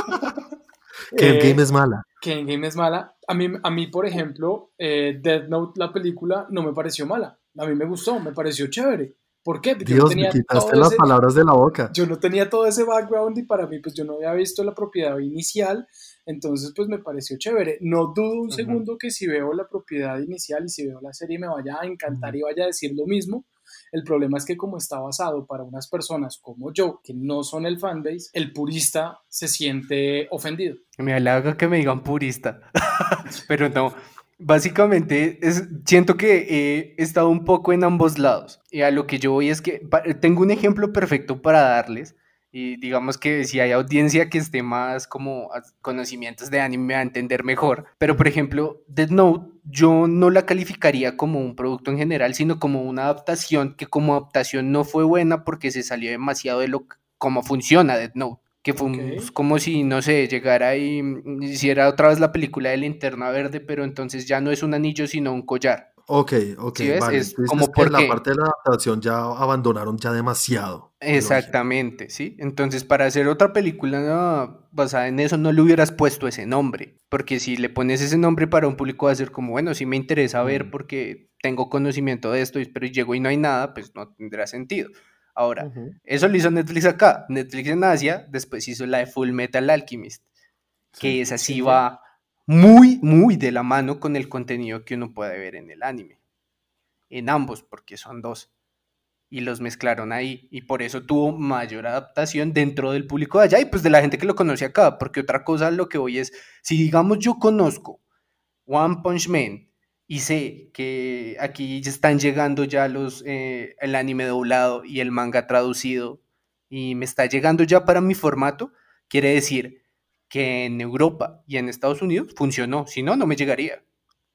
Que eh, Endgame es mala. Que Endgame es mala. A mí, a mí por ejemplo, eh, Death Note, la película, no me pareció mala. A mí me gustó, me pareció chévere. ¿Por qué? Porque Dios, yo no tenía me quitaste las ese, palabras de la boca. Yo no tenía todo ese background y para mí, pues yo no había visto la propiedad inicial, entonces pues me pareció chévere. No dudo un uh-huh. segundo que si veo la propiedad inicial y si veo la serie me vaya a encantar uh-huh. y vaya a decir lo mismo. El problema es que como está basado para unas personas como yo, que no son el fanbase, el purista se siente ofendido. Me halaga que me digan purista, pero no. Básicamente, es, siento que he estado un poco en ambos lados. Y a lo que yo voy es que tengo un ejemplo perfecto para darles. Y digamos que si hay audiencia que esté más como conocimientos de anime, me va a entender mejor. Pero, por ejemplo, Death Note, yo no la calificaría como un producto en general, sino como una adaptación que como adaptación no fue buena porque se salió demasiado de lo cómo funciona Death Note. Que fue okay. un, como si, no sé, llegara y hiciera otra vez la película de Linterna Verde, pero entonces ya no es un anillo, sino un collar. Ok, ok, ¿Sí vale. Es como que la parte de la adaptación ya abandonaron ya demasiado. Exactamente, ¿sí? Entonces, para hacer otra película no, basada en eso, no le hubieras puesto ese nombre, porque si le pones ese nombre para un público va a ser como, bueno, sí me interesa mm. ver porque tengo conocimiento de esto, pero llego y no hay nada, pues no tendrá sentido. Ahora, uh-huh. eso lo hizo Netflix acá. Netflix en Asia, después hizo la de Full Metal Alchemist, sí, que esa sí, sí va muy, muy de la mano con el contenido que uno puede ver en el anime. En ambos, porque son dos. Y los mezclaron ahí, y por eso tuvo mayor adaptación dentro del público de allá, y pues de la gente que lo conoce acá, porque otra cosa lo que voy es, si digamos yo conozco One Punch Man, y sé que aquí están llegando ya los eh, el anime doblado y el manga traducido y me está llegando ya para mi formato, quiere decir que en Europa y en Estados Unidos funcionó, si no, no me llegaría.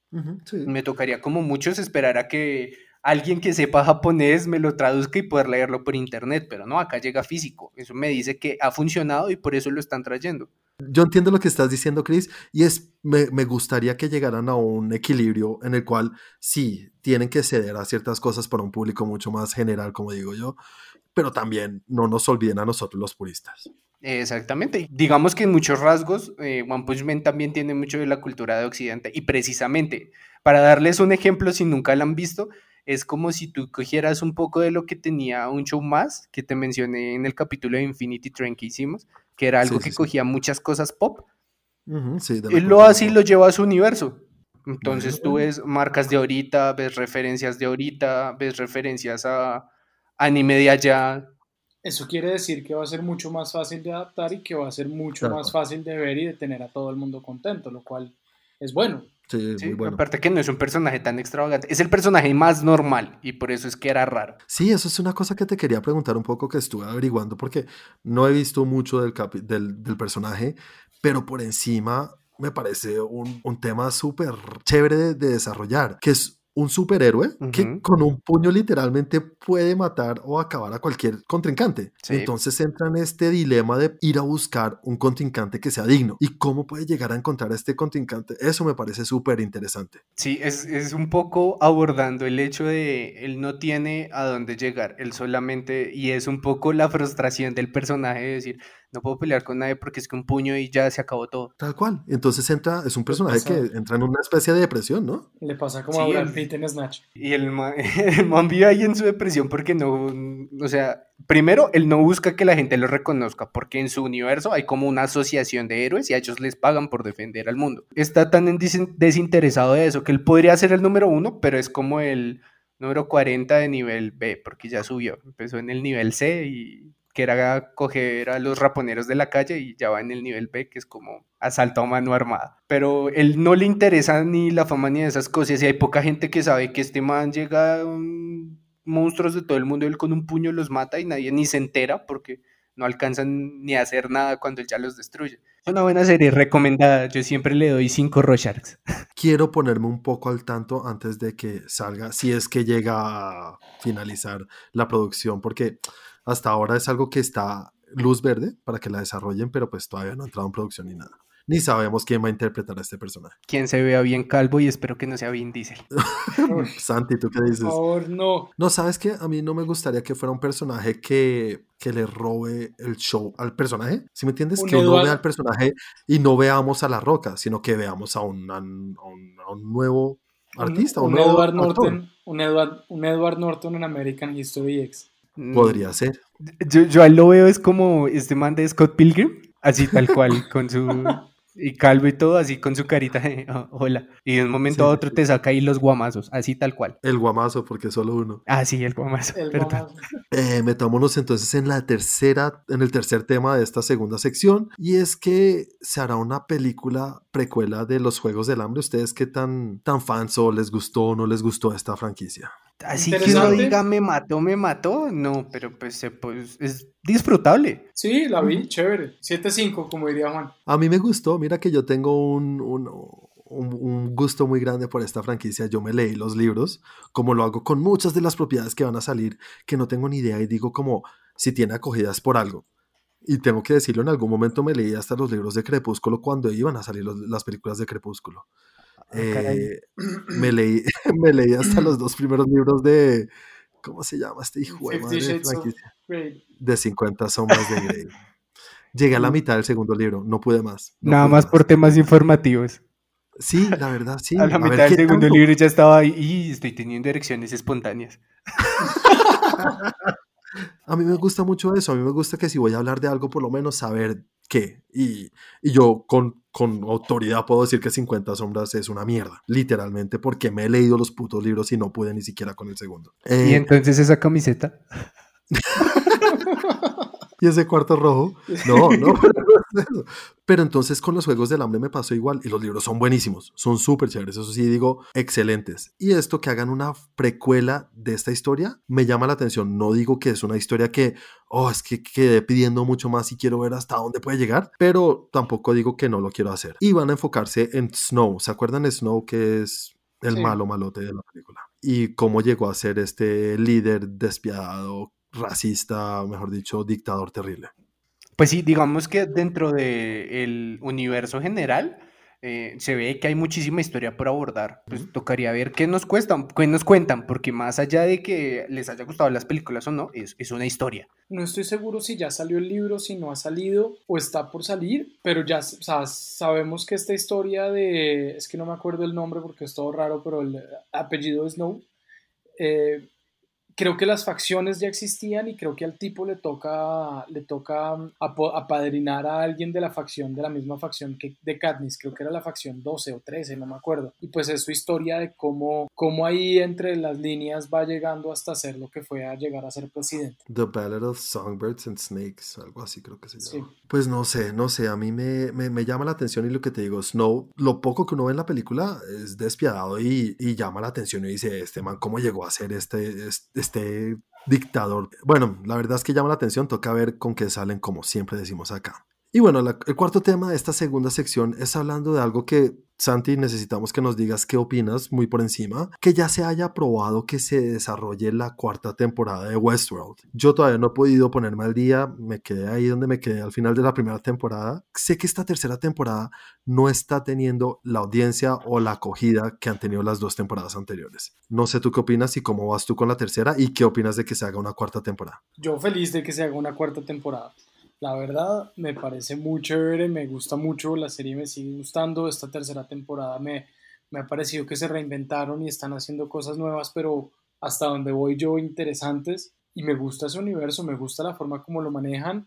Uh-huh, sí. Me tocaría como muchos esperar a que alguien que sepa japonés me lo traduzca y poder leerlo por internet, pero no, acá llega físico. Eso me dice que ha funcionado y por eso lo están trayendo. Yo entiendo lo que estás diciendo, Chris, y es, me, me gustaría que llegaran a un equilibrio en el cual sí, tienen que ceder a ciertas cosas para un público mucho más general, como digo yo, pero también no nos olviden a nosotros los puristas. Exactamente. Digamos que en muchos rasgos, eh, One Punch Man también tiene mucho de la cultura de Occidente. Y precisamente, para darles un ejemplo, si nunca lo han visto, es como si tú cogieras un poco de lo que tenía un show más, que te mencioné en el capítulo de Infinity Train que hicimos, que era algo Sí, que sí, sí. cogía muchas cosas pop, Uh-huh, sí, de la y lo cultura así pop. lo lleva a su universo. Bueno, Entonces tú bueno. ves marcas de ahorita, ves referencias de ahorita, ves referencias a anime de allá. Eso quiere decir que va a ser mucho más fácil de adaptar y que va a ser mucho más Claro, fácil de ver y de tener a todo el mundo contento, lo cual es bueno. sí, muy Sí, bueno. aparte que no es un personaje tan extravagante, es el personaje más normal y por eso es que era raro. Sí, eso es una cosa que te quería preguntar un poco que estuve averiguando porque no he visto mucho del, capi- del, del personaje, pero por encima me parece un, un tema súper chévere de, de desarrollar, que es un superhéroe que Ujú, con un puño literalmente puede matar o acabar a cualquier contrincante. sí. Entonces entra en este dilema de ir a buscar un contrincante que sea digno. ¿Y cómo puede llegar a encontrar a este contrincante? Eso me parece súper interesante. Sí, es, es un poco abordando el hecho de él no tiene a dónde llegar, él solamente, y es un poco la frustración del personaje de decir, no puedo pelear con nadie porque es que un puño y ya se acabó todo. Tal cual. Entonces entra, es un Le personaje que pasa, entra en una especie de depresión, ¿no? le pasa como a Sí, Brad él, Pitt en Snatch. y el man, el man vive ahí en su depresión porque no, o sea, primero, él no busca que la gente lo reconozca porque en su universo hay como una asociación de héroes y a ellos les pagan por defender al mundo. Está tan en dis- desinteresado de eso que él podría ser el número uno, pero es como el número cuarenta de nivel B porque ya subió. Empezó en el nivel C y que era coger a los raponeros de la calle y ya va en el nivel B, que es como asalto a mano armada. Pero él no le interesa ni la fama ni esas cosas y hay poca gente que sabe que este man llega a un monstruos de todo el mundo, él con un puño los mata y nadie ni se entera porque no alcanzan ni a hacer nada cuando él ya los destruye. Es una buena serie, recomendada. Yo siempre le doy cinco Rorschachs. Quiero ponerme un poco al tanto antes de que salga, si es que llega a finalizar la producción, porque hasta ahora es algo que está luz verde para que la desarrollen, pero pues todavía no ha entrado en producción ni nada. Ni sabemos quién va a interpretar a este personaje. Quien se vea bien calvo y espero que no sea Vin Diesel. Uy, Santi, ¿tú qué por dices? favor, no. No, ¿sabes qué? A mí no me gustaría que fuera un personaje que, que le robe el show al personaje. ¿Sí me entiendes? Un Que uno vea Edward, al personaje y no veamos a La Roca, sino que veamos a un, a un, a un- a un nuevo un, artista, un un nuevo Edward actor. Norton, un Edward, un Edward Norton en American History X. Podría Mm, ser. Yo, yo a él lo veo es como este man de Scott Pilgrim, así tal cual, con su... Y calvo y todo, así con su carita de "Oh, hola". Y de un momento Sí, a sí, otro sí. te saca ahí los guamazos, así tal cual. El guamazo, porque solo uno. Ah, sí, el guamazo, El perdón. guamazo. Eh, metámonos entonces en la tercera, en el tercer tema de esta segunda sección, y es que se hará una película precuela de los Juegos del Hambre. ¿Ustedes qué tan, tan fans o les gustó o no les gustó esta franquicia? Así que uno Interesante. diga me mató, me mató, no, pero pues, se- pues es disfrutable. Sí, la vi, Ujú. chévere. siete cinco, como diría Juan. A mí me gustó, mira que yo tengo un, un, un- un gusto muy grande por esta franquicia. Yo me leí los libros, como lo hago con muchas de las propiedades que van a salir, que no tengo ni idea y digo como si tiene acogidas por algo. Y tengo que decirlo, en algún momento me leí hasta los libros de Crepúsculo cuando iban a salir los- las películas de Crepúsculo. Ah, caray. Eh, me leí, me leí hasta los dos primeros libros de, ¿cómo se llama este hijo de Fifty madre de Shades of franquicia? Grey. De cincuenta sombras de Grey. Llegué a la Uh, mitad del segundo libro, no pude más, no Nada pude más por más. temas informativos. Sí, la verdad, A sí. la A ver mitad del qué segundo tanto. libro ya estaba ahí y estoy teniendo erecciones espontáneas. A mí me gusta mucho eso. A mí me gusta que si voy a hablar de algo, por lo menos saber qué. Y, y yo con, con autoridad puedo decir que cincuenta sombras es una mierda. Literalmente, porque me he leído los putos libros y no pude ni siquiera con el segundo. Y Eh, entonces esa camiseta. ¿Y ese cuarto rojo? No, no, pero, no es eso. Pero entonces con los Juegos del Hambre me pasó igual y los libros son buenísimos, son súper chéveres, eso sí digo, excelentes. Y esto que hagan una precuela de esta historia me llama la atención. No digo que es una historia que, oh, es que quedé pidiendo mucho más y quiero ver hasta dónde puede llegar, pero tampoco digo que no lo quiero hacer. Y van a enfocarse en Snow. ¿Se acuerdan de Snow, que es el Sí. malo malote de la película. Y cómo llegó a ser este líder despiadado, racista, mejor dicho, dictador terrible. Pues sí, digamos que dentro del universo general eh, se ve que hay muchísima historia por abordar. Pues Ujú. tocaría ver qué nos cuestan, qué nos cuentan, porque más allá de que les haya gustado las películas o no, es, es una historia. No estoy seguro si ya salió el libro, si no ha salido o está por salir, pero ya, o sea, sabemos que esta historia de, es que no me acuerdo el nombre porque es todo raro, pero el apellido es Snow, eh, creo que las facciones ya existían y creo que al tipo le toca, le toca apo- apadrinar a alguien de la facción, de la misma facción que de Katniss, creo que era la facción doce o trece, no me acuerdo. Y pues es su historia de cómo, cómo ahí entre las líneas va llegando hasta ser lo que fue a llegar a ser presidente. The Ballad of Songbirds and Snakes, algo así creo que se Sí. llama. Pues no sé, no sé, a mí me, me, me llama la atención y lo que te digo, Snow, lo poco que uno ve en la película es despiadado y, y llama la atención y dice, este man, ¿cómo llegó a ser este, este, este dictador? Bueno, la verdad es que llama la atención, toca ver con qué salen, como siempre decimos acá. Y bueno, la, el cuarto tema de esta segunda sección es hablando de algo que, Santi, necesitamos que nos digas qué opinas muy por encima, que ya se haya aprobado que se desarrolle la cuarta temporada de Westworld. Yo todavía no he podido ponerme al día, me quedé ahí donde me quedé al final de la primera temporada. Sé que esta tercera temporada no está teniendo la audiencia o la acogida que han tenido las dos temporadas anteriores. No sé tú qué opinas y cómo vas tú con la tercera y qué opinas de que se haga una cuarta temporada. Yo feliz de que se haga una cuarta temporada. La verdad, me parece muy chévere, me gusta mucho, la serie me sigue gustando. Esta tercera temporada me, me ha parecido que se reinventaron y están haciendo cosas nuevas, pero hasta donde voy yo, interesantes. Y me gusta ese universo, me gusta la forma como lo manejan.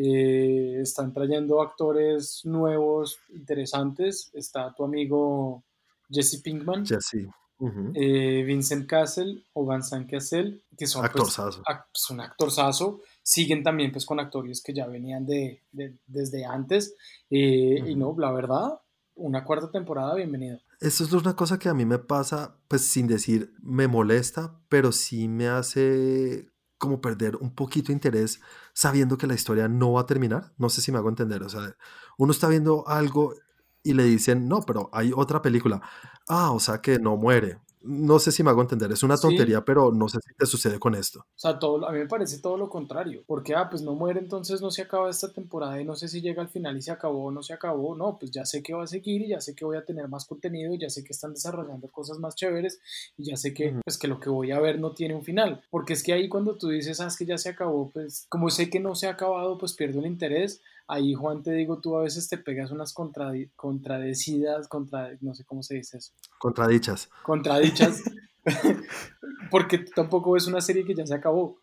Eh, están trayendo actores nuevos, interesantes. Está tu amigo Jesse Pinkman, Jesse. Uh-huh. eh, Vincent Cassel o Vincent Cassel, que son pues Actorzazo. ac- son actorzazo, siguen también pues con actores que ya venían de, de- desde antes, eh, y no, Uh-huh. la verdad, una cuarta temporada, bienvenido. Eso es una cosa que a mí me pasa, pues sin decir me molesta, pero sí me hace como perder un poquito de interés sabiendo que la historia no va a terminar. No sé si me hago entender. O sea, uno está viendo algo y le dicen, no, pero hay otra película. Ah, o sea que no muere. No sé si me hago entender. Es una Sí, tontería, pero no sé si te sucede con esto. o sea, todo, a mí me parece todo lo contrario, porque, ah, pues no muere, entonces no se acaba esta temporada y no sé si llega al final y se acabó o no se acabó, no, pues ya sé que va a seguir y ya sé que voy a tener más contenido y ya sé que están desarrollando cosas más chéveres y ya sé que, Ujú. pues que lo que voy a ver no tiene un final, porque es que ahí cuando tú dices, ah, es que ya se acabó, pues como sé que no se ha acabado, pues pierdo el interés. Ahí, Juan, te digo, tú a veces te pegas unas contradi contradecidas, contra, no sé cómo se dice eso, Contradichas. contradichas, porque tú tampoco ves una serie que ya se acabó.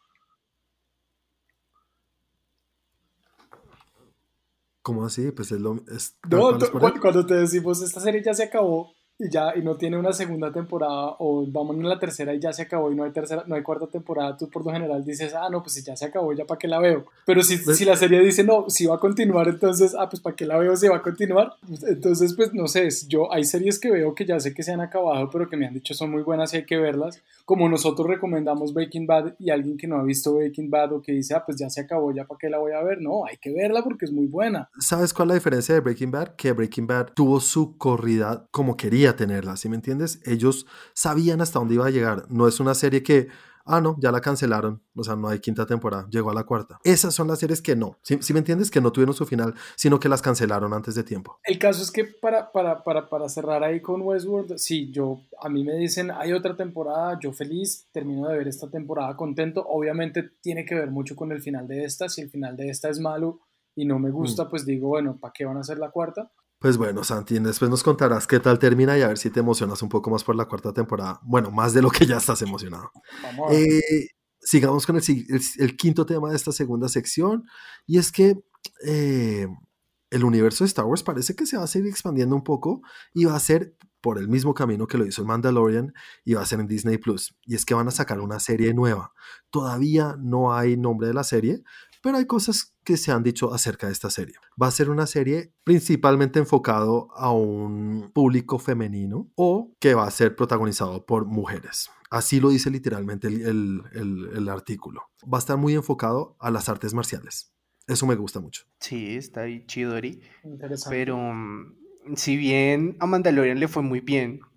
¿Cómo así? Pues es, lo, es tal No, cual es tú- por cu- eso. cuando te decimos esta serie ya se acabó y ya y no tiene una segunda temporada o vamos en la tercera y ya se acabó y no hay tercera, no hay cuarta temporada, tú por lo general dices, ah, no, pues si ya se acabó, ya para qué la veo. Pero si, Pues, si la serie dice, no, si va a continuar, entonces, ah, pues para qué la veo si va a continuar. Pues, entonces, pues no sé, es- yo hay series que veo que ya sé que se han acabado, pero que me han dicho son muy buenas y hay que verlas. Como nosotros recomendamos Breaking Bad y alguien que no ha visto Breaking Bad o que dice, ah, pues ya se acabó, ya para qué la voy a ver. No, hay que verla porque es muy buena. ¿sabes cuál es la diferencia de Breaking Bad? Que Breaking Bad tuvo su corrida como quería tenerla, ¿sí me entiendes? Ellos sabían hasta dónde iba a llegar. No es una serie que, ah, no, ya la cancelaron. O sea, no hay quinta temporada, llegó a la cuarta. Esas son las series que no, ¿sí, sí me entiendes? Que no tuvieron su final, sino que las cancelaron antes de tiempo. El caso es que para, para, para, para cerrar ahí con Westworld, sí, yo, a mí me dicen, hay otra temporada, yo feliz, termino de ver esta temporada contento, obviamente tiene que ver mucho con el final de esta, si el final de esta es malo y no me Mm. gusta, pues digo, bueno, ¿para qué van a hacer la cuarta? Pues bueno, Santi, después nos contarás qué tal termina y a ver si te emocionas un poco más por la cuarta temporada. Bueno, más de lo que ya estás emocionado. Vamos a ver. Eh, sigamos con el, si- el- el quinto tema de esta segunda sección, y es que eh, el universo de Star Wars parece que se va a seguir expandiendo un poco y va a ser por el mismo camino que lo hizo el Mandalorian y va a ser en Disney Plus. Y es que van a sacar una serie nueva. Todavía no hay nombre de la serie, pero hay cosas que se han dicho acerca de esta serie. Va a ser una serie principalmente enfocado a un público femenino o que va a ser protagonizado por mujeres. Así lo dice literalmente el, el, el, el artículo. Va a estar muy enfocado a las artes marciales. Eso me gusta mucho. Sí, está ahí chidori. Interesante. Pero mm, si bien a Mandalorian le fue muy bien,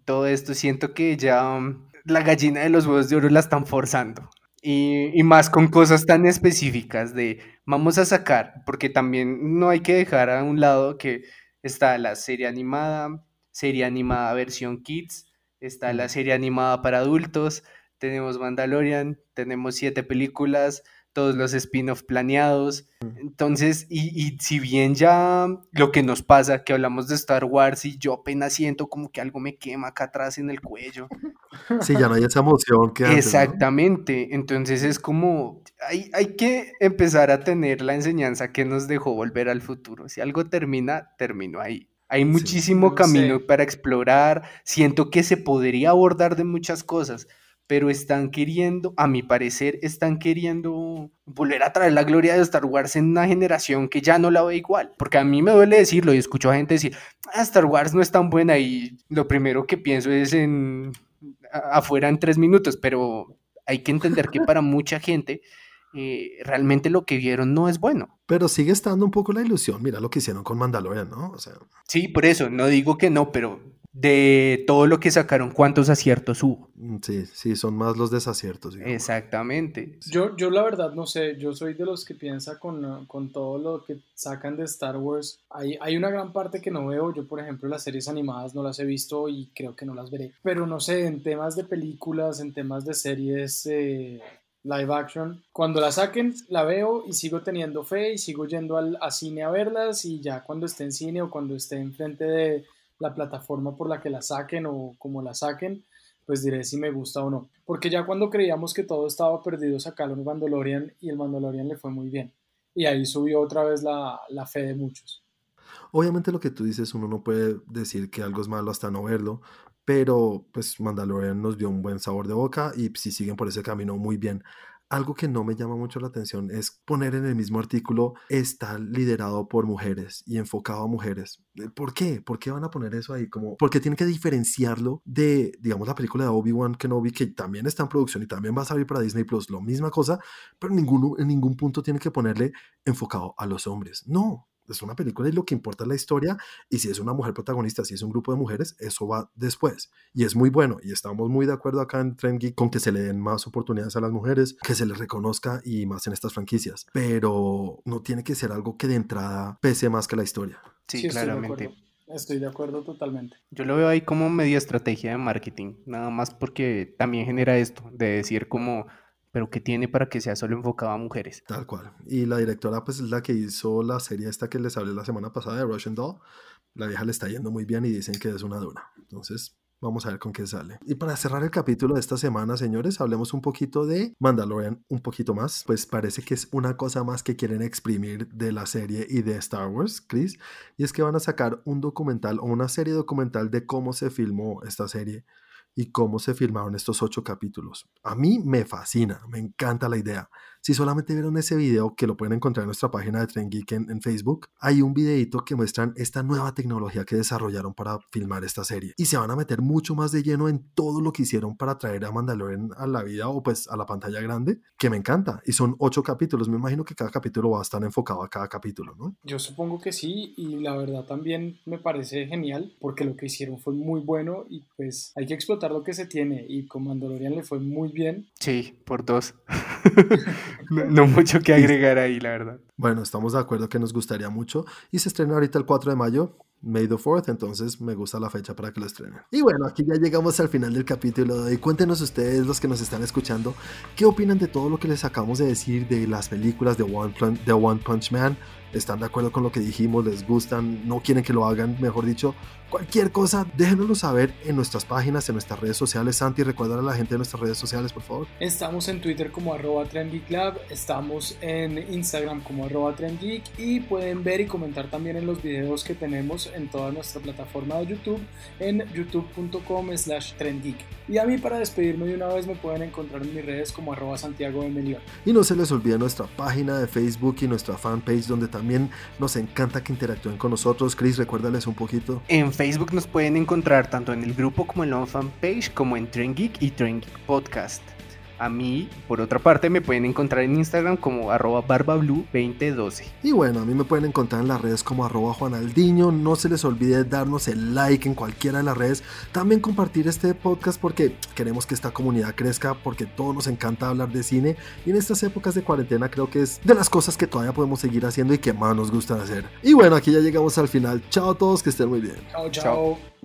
todo esto siento que ya um, la gallina de los huevos de oro la están forzando. Y, y más con cosas tan específicas de vamos a sacar, porque también no hay que dejar a un lado que está la serie animada, serie animada versión kids, está la serie animada para adultos, tenemos Mandalorian, tenemos siete películas, todos los spin-off planeados. Entonces, y, y si bien ya lo que nos pasa, que hablamos de Star Wars y yo apenas siento como que algo me quema acá atrás en el cuello. Sí, ya no hay esa emoción que antes, Exactamente, ¿no? Entonces es como, hay, hay que empezar a tener la enseñanza que nos dejó Volver al Futuro. Si algo termina, terminó ahí. Hay muchísimo sí, camino sé. para explorar, siento que se podría abordar de muchas cosas, pero están queriendo, a mi parecer, están queriendo volver a traer la gloria de Star Wars en una generación que ya no la ve igual, porque a mí me duele decirlo y escucho a gente decir, ah, Star Wars no es tan buena y lo primero que pienso es en a, afuera en tres minutos, pero hay que entender que para mucha gente eh, realmente lo que vieron no es bueno. Pero sigue estando un poco la ilusión, mira lo que hicieron con Mandalorian, ¿no? O sea... Sí, por eso, no digo que no, pero de todo lo que sacaron, ¿cuántos aciertos hubo? Sí, sí, son más los desaciertos, digamos. Exactamente. Yo, yo la verdad no sé, yo soy de los que piensa con, con todo lo que sacan de Star Wars. Hay, hay una gran parte que no veo, yo por ejemplo las series animadas no las he visto y creo que no las veré. Pero no sé, en temas de películas, en temas de series eh, live action, cuando la saquen la veo y sigo teniendo fe y sigo yendo al a cine a verlas y ya cuando esté en cine o cuando esté enfrente de la plataforma por la que la saquen o como la saquen, pues diré si me gusta o no. Porque ya cuando creíamos que todo estaba perdido, sacaron Mandalorian y el Mandalorian le fue muy bien. Y ahí subió otra vez la, la fe de muchos. Obviamente lo que tú dices, uno no puede decir que algo es malo hasta no verlo, pero pues Mandalorian nos dio un buen sabor de boca y si siguen por ese camino, muy bien. Algo que no me llama mucho la atención es poner en el mismo artículo está liderado por mujeres y enfocado a mujeres. ¿Por qué? ¿Por qué van a poner eso ahí? Como, porque tienen que diferenciarlo de, digamos, la película de Obi-Wan Kenobi, que también está en producción y también va a salir para Disney Plus, lo misma cosa, pero en ningún, en ningún punto tiene que ponerle enfocado a los hombres. No. Es una película y lo que importa es la historia y si es una mujer protagonista, si es un grupo de mujeres, eso va después y es muy bueno y estamos muy de acuerdo acá en Trend Geek con que se le den más oportunidades a las mujeres, que se les reconozca y más en estas franquicias, pero no tiene que ser algo que de entrada pese más que la historia. Sí, Sí, claramente. Estoy de acuerdo. Estoy de acuerdo totalmente. Yo lo veo ahí como media estrategia de marketing, nada más porque también genera esto, de decir como, pero ¿qué tiene para que sea solo enfocado a mujeres? Tal cual. Y la directora pues es la que hizo la serie esta que les hablé la semana pasada de Russian Doll. La vieja le está yendo muy bien y dicen que es una dura. Entonces vamos a ver con qué sale. Y para cerrar el capítulo de esta semana, señores, hablemos un poquito de Mandalorian, un poquito más. Pues parece que es una cosa más que quieren exprimir de la serie y de Star Wars, Chris. Y es que van a sacar un documental o una serie documental de cómo se filmó esta serie y cómo se filmaron estos ocho capítulos. A mí me fascina, me encanta la idea. Si solamente vieron ese video, que lo pueden encontrar en nuestra página de Trend Geek en, en Facebook, hay un videito que muestran esta nueva tecnología que desarrollaron para filmar esta serie. Y se van a meter mucho más de lleno en todo lo que hicieron para traer a Mandalorian a la vida o pues a la pantalla grande, que me encanta. Y son ocho capítulos, me imagino que cada capítulo va a estar enfocado a cada capítulo, ¿no? Yo supongo que sí, y la verdad también me parece genial, porque lo que hicieron fue muy bueno y pues hay que explotar lo que se tiene, y con Mandalorian le fue muy bien. Sí, por dos. no, no mucho que agregar ahí, la verdad. Bueno, estamos de acuerdo que nos gustaría mucho y se estrena ahorita el cuatro de mayo, May the fourth, entonces me gusta la fecha para que lo estrenen. Y bueno, aquí ya llegamos al final del capítulo de hoy. Cuéntenos ustedes, los que nos están escuchando, ¿qué opinan de todo lo que les acabamos de decir de las películas de One, Plan- de One Punch Man? ¿Están de acuerdo con lo que dijimos? ¿Les gustan? ¿No quieren que lo hagan? Mejor dicho, cualquier cosa, déjenoslo saber en nuestras páginas, en nuestras redes sociales. Santi, recuerda a la gente de nuestras redes sociales, por favor. Estamos en Twitter como arroba TrendGeekLab, estamos en Instagram como arroba TrendGeek y pueden ver y comentar también en los videos que tenemos en toda nuestra plataforma de YouTube en youtube.com slash TrendGeek. Y a mí, para despedirme de una vez, me pueden encontrar en mis redes como arroba Santiago de Melión. Y no se les olvide nuestra página de Facebook y nuestra fanpage, donde también nos encanta que interactúen con nosotros. Chris, recuérdales un poquito. En Facebook nos pueden encontrar tanto en el grupo como en la fanpage, como en Trend Geek y Trend Geek Podcast. A mí, por otra parte, me pueden encontrar en Instagram como arroba barbablue veinte doce. Y bueno, a mí me pueden encontrar en las redes como arroba juanaldiño. No se les olvide darnos el like en cualquiera de las redes. También compartir este podcast porque queremos que esta comunidad crezca, porque todos nos encanta hablar de cine. Y en estas épocas de cuarentena creo que es de las cosas que todavía podemos seguir haciendo y que más nos gusta hacer. Y bueno, aquí ya llegamos al final. Chao a todos, que estén muy bien. Chao, chao. Chao.